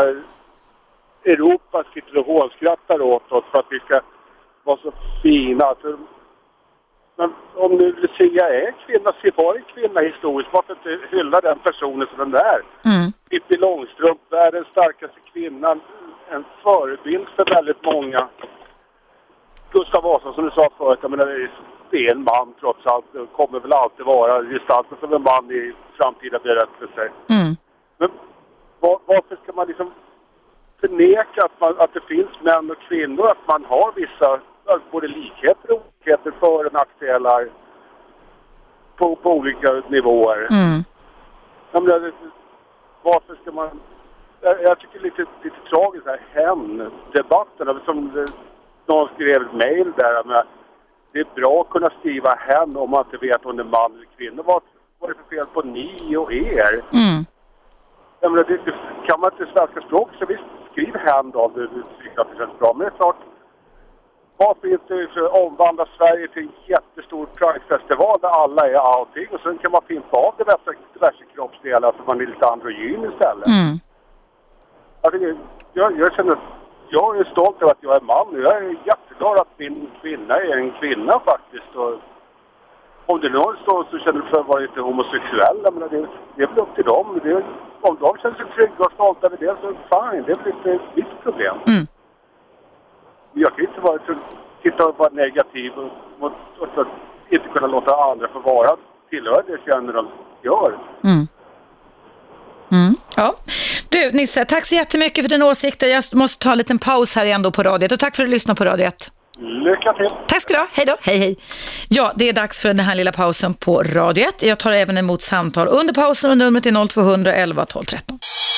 Europa sitter och hånskrattar åt oss för att vi ska vara så fina. Alltså, men om nu Lucia är en kvinna, se var en kvinna historiskt, varför inte hylla den personen som den är? Mm. Pippi Långstrump, världens starkaste kvinnan, en förebild för väldigt många. Gustav Vasa, som du sa förut, jag menar, det är en man trots allt. Det kommer väl alltid vara gestalten som en man i framtida berättelser. Mm. Men var, varför ska man liksom förneka att, man, att det finns män och kvinnor, att man har vissa både likheter och olikheter, för och nackdelar på, på olika nivåer? Mm. Jag menar, varför ska man... Jag, jag tycker det är lite, lite tragiskt här hen-debatten, som någon skrev ett mejl där med, det är bra att kunna skriva hen om man inte vet om det är man eller kvinna. Vad, vad är det för fel på ni och er? Mm. Jag menar, det, det, kan man inte svenska språk så visst, skriv hen då om du tycker att det känns bra. Men det är klart, varför inte omvandla Sverige till en jättestor Pride-festival där alla är allting, och sen kan man pimpa av diverse, diverse kroppsdelar så man är lite androgyn istället. Mm. Jag, tycker, jag, jag känner jag är stolt över att jag är man. Jag är jätteglad att min kvinna är en kvinna faktiskt. Och om det någon står så känner du för att vara lite homosexuella, men det, det är väl upp till dem. Det, om de känner sig trygga och stolta över det så är det fine. Det är väl inte ett visst problem. Mm. Jag kan inte vara, titta och vara negativ och, och, och, och inte kunna låta andra få vara tillhör det känner de gör. Mm. Mm. Ja. Du Nisse, tack så jättemycket för din åsikt. Jag måste ta en liten paus här igen då på radiet, och tack för att du lyssnade på radiet. Lycka till. Tack ska du ha. Hej då. Hej hej. Ja, det är dags för den här lilla pausen på radiet. Jag tar även emot samtal under pausen, och numret är noll två elva tolv tretton.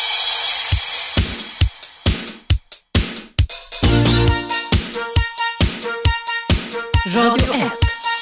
Radio ett.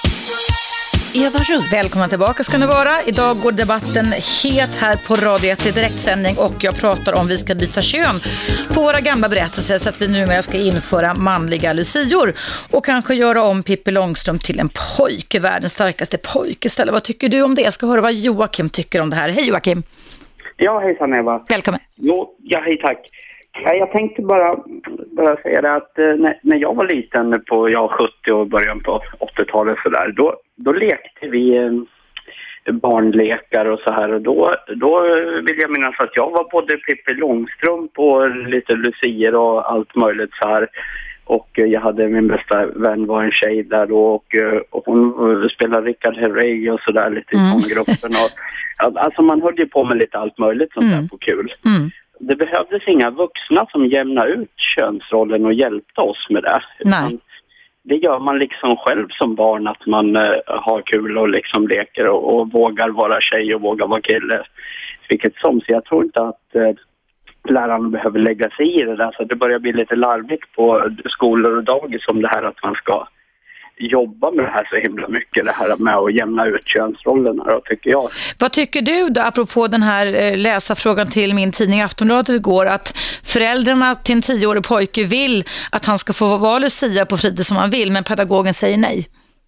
Eva Russ. Välkomna tillbaka ska ni vara. Idag går debatten het här på Radio ett i direktsändning, och jag pratar om vi ska byta kön på våra gamla berättelser så att vi numera ska införa manliga lucior och kanske göra om Pippi Långstrump till en pojke, världens starkaste pojke istället. Vad tycker du om det? Jag ska höra vad Joakim tycker om det här. Hej Joakim. Ja, hejsan Eva. Välkommen. Jo, ja, hej tack. Ja, jag tänkte bara, bara säga det att eh, när, när jag var liten på jag sjuttio och början på åttiotalet så där, då, då lekte vi eh, barnlekar och så här, och då, då vill jag minnas att jag var både Pippi Långstrump och lite lucier och allt möjligt så här, och eh, jag hade min bästa vän var en tjej där då, och, eh, och hon spelade Richard Herrey och så där lite i Mm. sånggruppen och alltså man höll ju på med lite allt möjligt sånt Mm. där på kul. Mm. Det behövdes inga vuxna som jämnade ut könsrollen och hjälpte oss med det. Nej. Det gör man liksom själv som barn, att man uh, har kul och liksom leker och, och vågar vara tjej och vågar vara kille. Vilket som, så jag tror inte att uh, lärarna behöver lägga sig i det där. Så det börjar bli lite larvigt på skolor och dagis om det här att man ska jobba med det här så himla mycket, det här med att jämna ut könsrollerna då, tycker jag. Vad tycker du då, apropå den här läsarfrågan till min tidning Aftonbladet igår, att föräldrarna till en tioårig pojke vill att han ska få vara lucia på fritid som han vill, men pedagogen säger nej?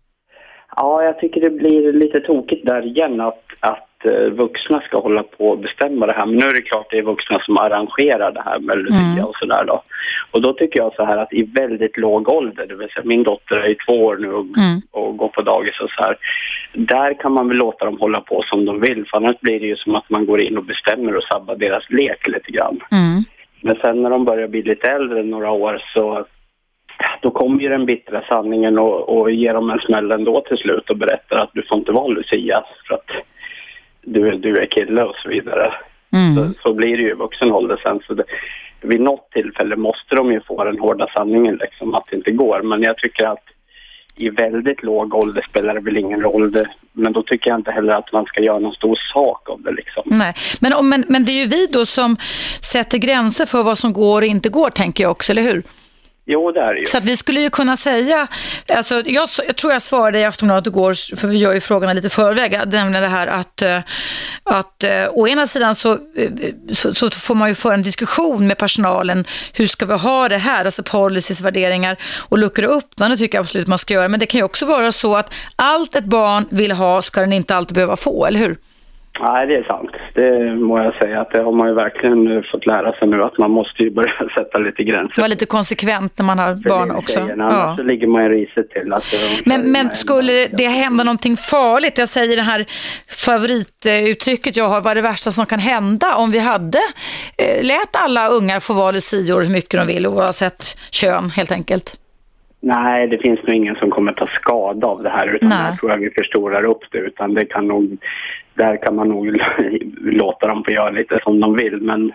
Ja, jag tycker det blir lite tokigt där igen att, att vuxna ska hålla på och bestämma det här. Men nu är det klart det är vuxna som arrangerar det här med lucia mm. och sådär då. Och då tycker jag så här att i väldigt låg ålder, det vill säga min dotter är två år nu och, mm. och går på dagis och så här. Där kan man väl låta dem hålla på som de vill, för annars blir det ju som att man går in och bestämmer och sabbar deras lek lite grann. Mm. Men sen när de börjar bli lite äldre, några år, så då kommer ju den bittra sanningen och, och ger dem en smäll ändå till slut och berättar att du får inte vara lucia för att du, du är kille och så vidare. Mm. Så, så blir det ju i vuxen ålder sen. Så det, vid något tillfälle måste de ju få den hårda sanningen liksom, att det inte går. Men jag tycker att i väldigt låg ålder spelar det väl ingen roll. Det, men då tycker jag inte heller att man ska göra någon stor sak av det liksom. Nej, men, men, men det är ju vi då som sätter gränser för vad som går och inte går, tänker jag också, eller hur? Jo, det är det ju. Så att vi skulle ju kunna säga, alltså jag, jag tror jag svarade i Aftonbladet igår, för vi gör ju frågorna lite förväg, nämligen det här att, att å ena sidan så, så, så får man ju föra en diskussion med personalen, hur ska vi ha det här, alltså policies, värderingar och luckra upp den, det tycker jag absolut man ska göra, men det kan ju också vara så att allt ett barn vill ha ska den inte alltid behöva få, eller hur? Nej, det är sant. Det må jag säga att det har man ju verkligen fått lära sig nu, att man måste ju börja sätta lite gränser. Vara lite konsekvent när man har för barn också. Tjejerna, annars ja. så ligger man i riset till. Alltså, men men skulle det hända någonting farligt? Jag säger det här favorituttrycket jag har, vad är det värsta som kan hända om vi hade eh, lät alla ungar få vara lucior hur mycket de vill oavsett kön helt enkelt? Nej, det finns nog ingen som kommer ta skada av det här, utan jag tror jag vi förstorar upp det, utan det kan nog, där kan man nog låta dem få göra lite som de vill, men,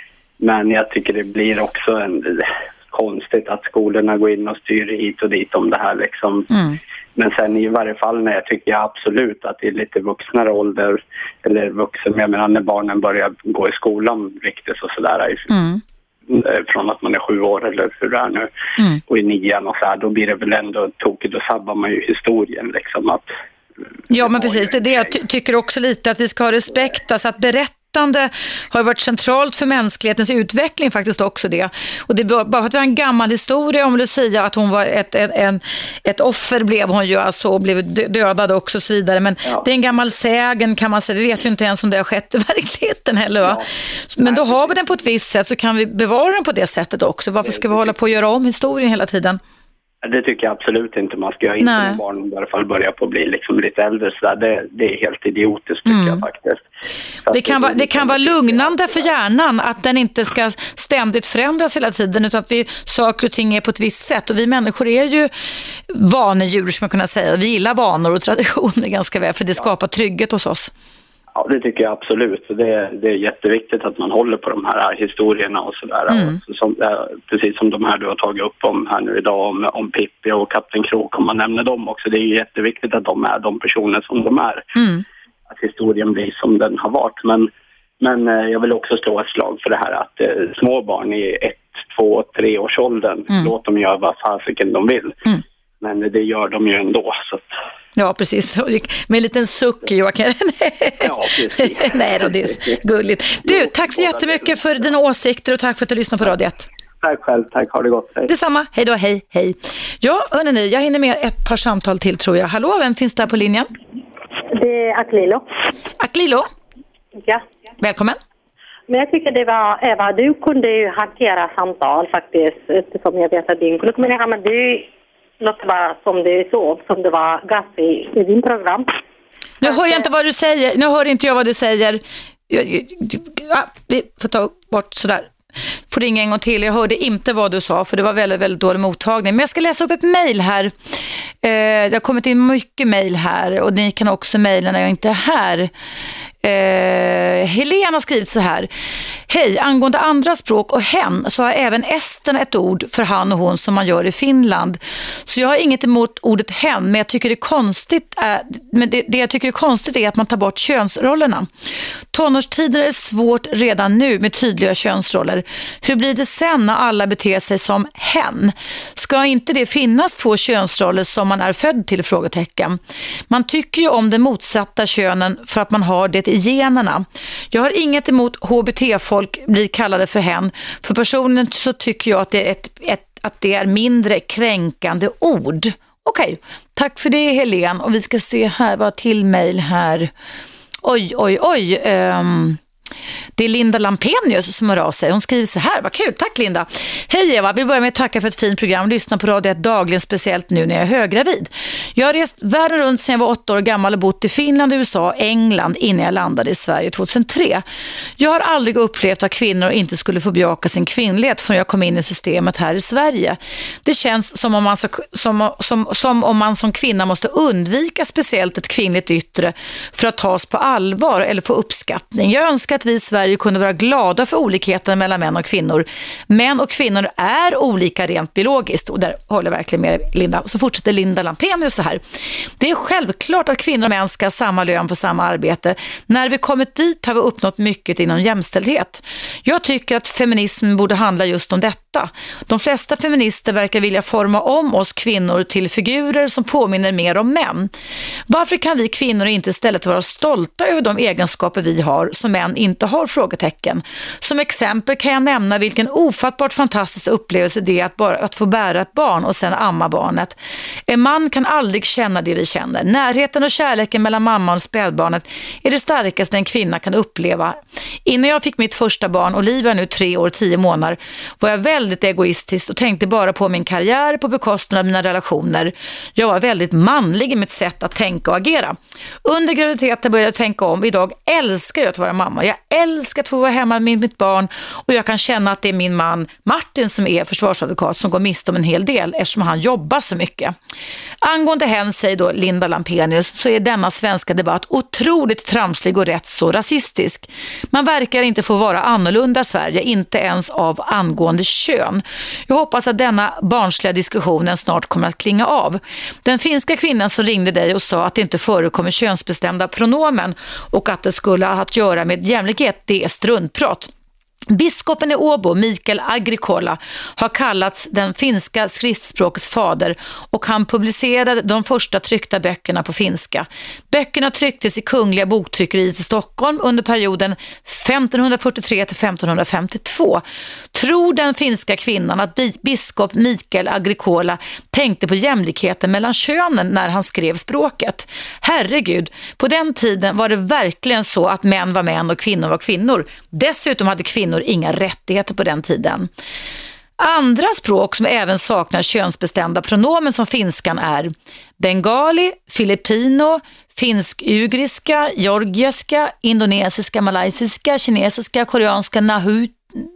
men jag tycker det blir också en, konstigt att skolorna går in och styr hit och dit om det här liksom. Mm. Men sen i varje fall när jag tycker jag absolut att det är lite vuxnare ålder, eller vuxen, jag menar när barnen börjar gå i skolan riktigt och sådär. Mm. Från att man är sju år eller hur det är nu mm. och i nian och så här, då blir det väl ändå tokigt, då sabbar man ju historien liksom att... Ja men precis, det är det jag ty- tycker också lite att vi ska ha respekt, alltså att berättande har varit centralt för mänsklighetens utveckling faktiskt också det, och det är bara för att vi har en gammal historia om Lucia, att hon var ett, ett, en, ett offer blev hon ju alltså och blev dödad också och så vidare, men ja. det är en gammal sägen kan man säga, vi vet ju inte ens om det har skett i verkligheten heller va? Ja. Men då har vi den på ett visst sätt, så kan vi bevara den på det sättet också. Varför ska vi hålla på att göra om historien hela tiden? Det tycker jag absolut inte man ska göra, inte när barnen i alla fall börjar på att bli liksom lite äldre så där. Det, det är helt idiotiskt tycker mm. jag faktiskt. Det kan, det, vara, det kan vara lugnande för hjärnan att den inte ska ständigt förändras hela tiden, utan att vi saker och ting är på ett visst sätt, och vi människor är ju vanedjur som man kan säga. Vi gillar vanor och traditioner ganska väl, för det skapar trygghet hos oss. Ja, det tycker jag absolut. Det, det är jätteviktigt att man håller på de här historierna och sådär. Mm. Och som, precis som de här du har tagit upp om här nu idag, om, om Pippi och Kapten Krok, om man nämner dem också. Det är ju jätteviktigt att de är de personer som de är. Mm. Att historien blir som den har varit. Men, men jag vill också slå ett slag för det här att eh, små barn i ett, två, tre års åldern, mm. låt dem göra vad fasiken de vill. Mm. Men det gör de ju ändå, så att... Ja, precis. Med en liten suck, Joakim. Ja, precis. Nej då, det är gulligt. Du, tack så jättemycket för dina åsikter och tack för att du lyssnade på radiet. Tack själv, tack. Ha det gott. Hej. Detsamma. Hej då, hej, hej. Ja, hörni, jag hinner med ett par samtal till tror jag. Hallå, vem finns där på linjen? Det är Aklilo. Aklilo? Ja. Välkommen. Men jag tycker det var, Eva, du kunde ju hantera samtal faktiskt, eftersom jag vet att din klubb, men jag men du låter bara som det så, som det var gas i, i din program. Nu hör jag inte vad du säger, nu hör inte jag vad du säger. Ja, vi får ta bort sådär. Får ringa en gång till, jag hörde inte vad du sa, för det var väldigt, väldigt dålig mottagning. Men jag ska läsa upp ett mejl här. Eh, det har kommit in mycket mejl här, och ni kan också mejla när jag inte är här. Eh, Helena har skrivit så här: hej, angående andra språk och hen så har även esten ett ord för han och hon som man gör i Finland. Så jag har inget emot ordet hen, men jag tycker det är konstigt är, men det, det jag tycker är konstigt är att man tar bort könsrollerna. Tonårstider är svårt redan nu med tydliga könsroller. Hur blir det sen när alla beter sig som hen? Ska inte det finnas två könsroller som man är född till? Frågetecken. Man tycker ju om den motsatta könen för att man har det i generna. Jag har inget emot H B T-folk blir kallade för hen. För personen så tycker jag att det är, ett, ett, att det är mindre kränkande ord. Okej, tack för det Helen. Och vi ska se här, vad till mejl här. Oj, oj, oj. Um, det är Linda Lampenius som hör av sig. Hon skriver så här, vad kul, tack Linda. Hej Eva, vill börja med att tacka för ett fint program. Lyssna på Radio ett dagligen, speciellt nu när jag är höggravid. Jag har rest världen runt sedan jag var åtta år gammal och bott i Finland, U S A och England innan jag landade i Sverige tjugohundratre. Jag har aldrig upplevt att kvinnor inte skulle få bejaka sin kvinnlighet förrän jag kom in i systemet här i Sverige. Det känns som om man, så, som, som, som om man som kvinna måste undvika speciellt ett kvinnligt yttre för att tas på allvar eller få uppskattning. Jag önskar att vi i Sverige kunde vara glada för olikheten mellan män och kvinnor. Män och kvinnor är olika rent biologiskt, och där håller jag verkligen med Linda. Så fortsätter Linda Lampenius så här: det är självklart att kvinnor och män ska ha samma lön för samma arbete. När vi kommit dit har vi uppnått mycket inom jämställdhet. Jag tycker att feminism borde handla just om detta. De flesta feminister verkar vilja forma om oss kvinnor till figurer som påminner mer om män. Varför kan vi kvinnor inte istället vara stolta över de egenskaper vi har som män inte inte har frågetecken. Som exempel kan jag nämna vilken ofattbart fantastisk upplevelse det är att, bara, att få bära ett barn och sen amma barnet. En man kan aldrig känna det vi känner. Närheten och kärleken mellan mamman och spädbarnet är det starkaste en kvinna kan uppleva. Innan jag fick mitt första barn, Olivia nu tre år, tio månader, var jag väldigt egoistisk och tänkte bara på min karriär på bekostnad av mina relationer. Jag var väldigt manlig i mitt sätt att tänka och agera. Under graviditeten började jag tänka om. Idag älskar jag att vara mamma. Jag älskar att få vara hemma med mitt barn och jag kan känna att det är min man Martin som är försvarsadvokat som går miste om en hel del eftersom han jobbar så mycket. Angående hen, säger då Linda Lampenius, så är denna svenska debatt otroligt tramslig och rätt så rasistisk. Man verkar inte få vara annorlunda i Sverige, inte ens av angående kön. Jag hoppas att denna barnsliga diskussionen snart kommer att klinga av. Den finska kvinnan som ringde dig och sa att det inte förekommer könsbestämda pronomen och att det skulle ha att göra med jämlikhet, det är struntprat. Biskopen i Åbo, Mikael Agricola, har kallats den finska skriftspråkets fader och han publicerade de första tryckta böckerna på finska. Böckerna trycktes i Kungliga boktryckeriet i Stockholm under perioden femtonhundrafyrtiotre till femtonhundrafemtiotvå. Tror den finska kvinnan att biskop Mikael Agricola tänkte på jämlikheten mellan könen när han skrev språket? Herregud, på den tiden var det verkligen så att män var män och kvinnor var kvinnor. Dessutom hade kvinnor inga rättigheter på den tiden. Andra språk som även saknar könsbestämda pronomen som finskan är bengali, filippino, finsk-ugriska, georgiska, indonesiska, malaysiska, kinesiska, koreanska, nahut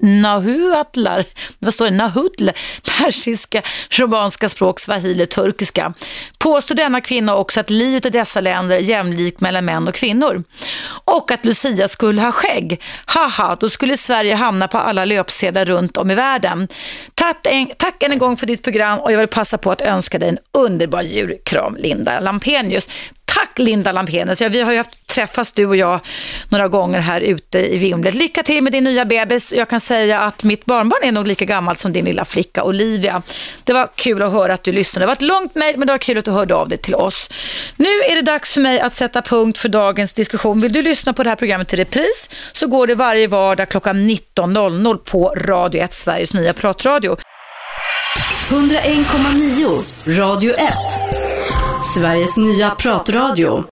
Nahuatlar, vad står det? Nahutl, persiska, romanska språk, swahili, turkiska. Påstår denna kvinna också att livet i dessa länder är jämlikt mellan män och kvinnor. Och att Lucia skulle ha skägg. Haha, då skulle Sverige hamna på alla löpsedlar runt om i världen. Tack en, tack en gång för ditt program och jag vill passa på att önska dig en underbar julkram, Linda Lampenius. Tack Linda Lampenius. Ja, vi har ju haft träffats du och jag några gånger här ute i Vimlet. Lycka till med din nya bebis. Jag kan säga att mitt barnbarn är nog lika gammalt som din lilla flicka Olivia. Det var kul att höra att du lyssnade. Det var ett långt mejl men det var kul att du hörde av dig till oss. Nu är det dags för mig att sätta punkt för dagens diskussion. Vill du lyssna på det här programmet i repris så går det varje vardag klockan nitton noll noll på Radio ett, Sveriges nya pratradio. hundraen komma nio Radio ett, Sveriges nya pratradio.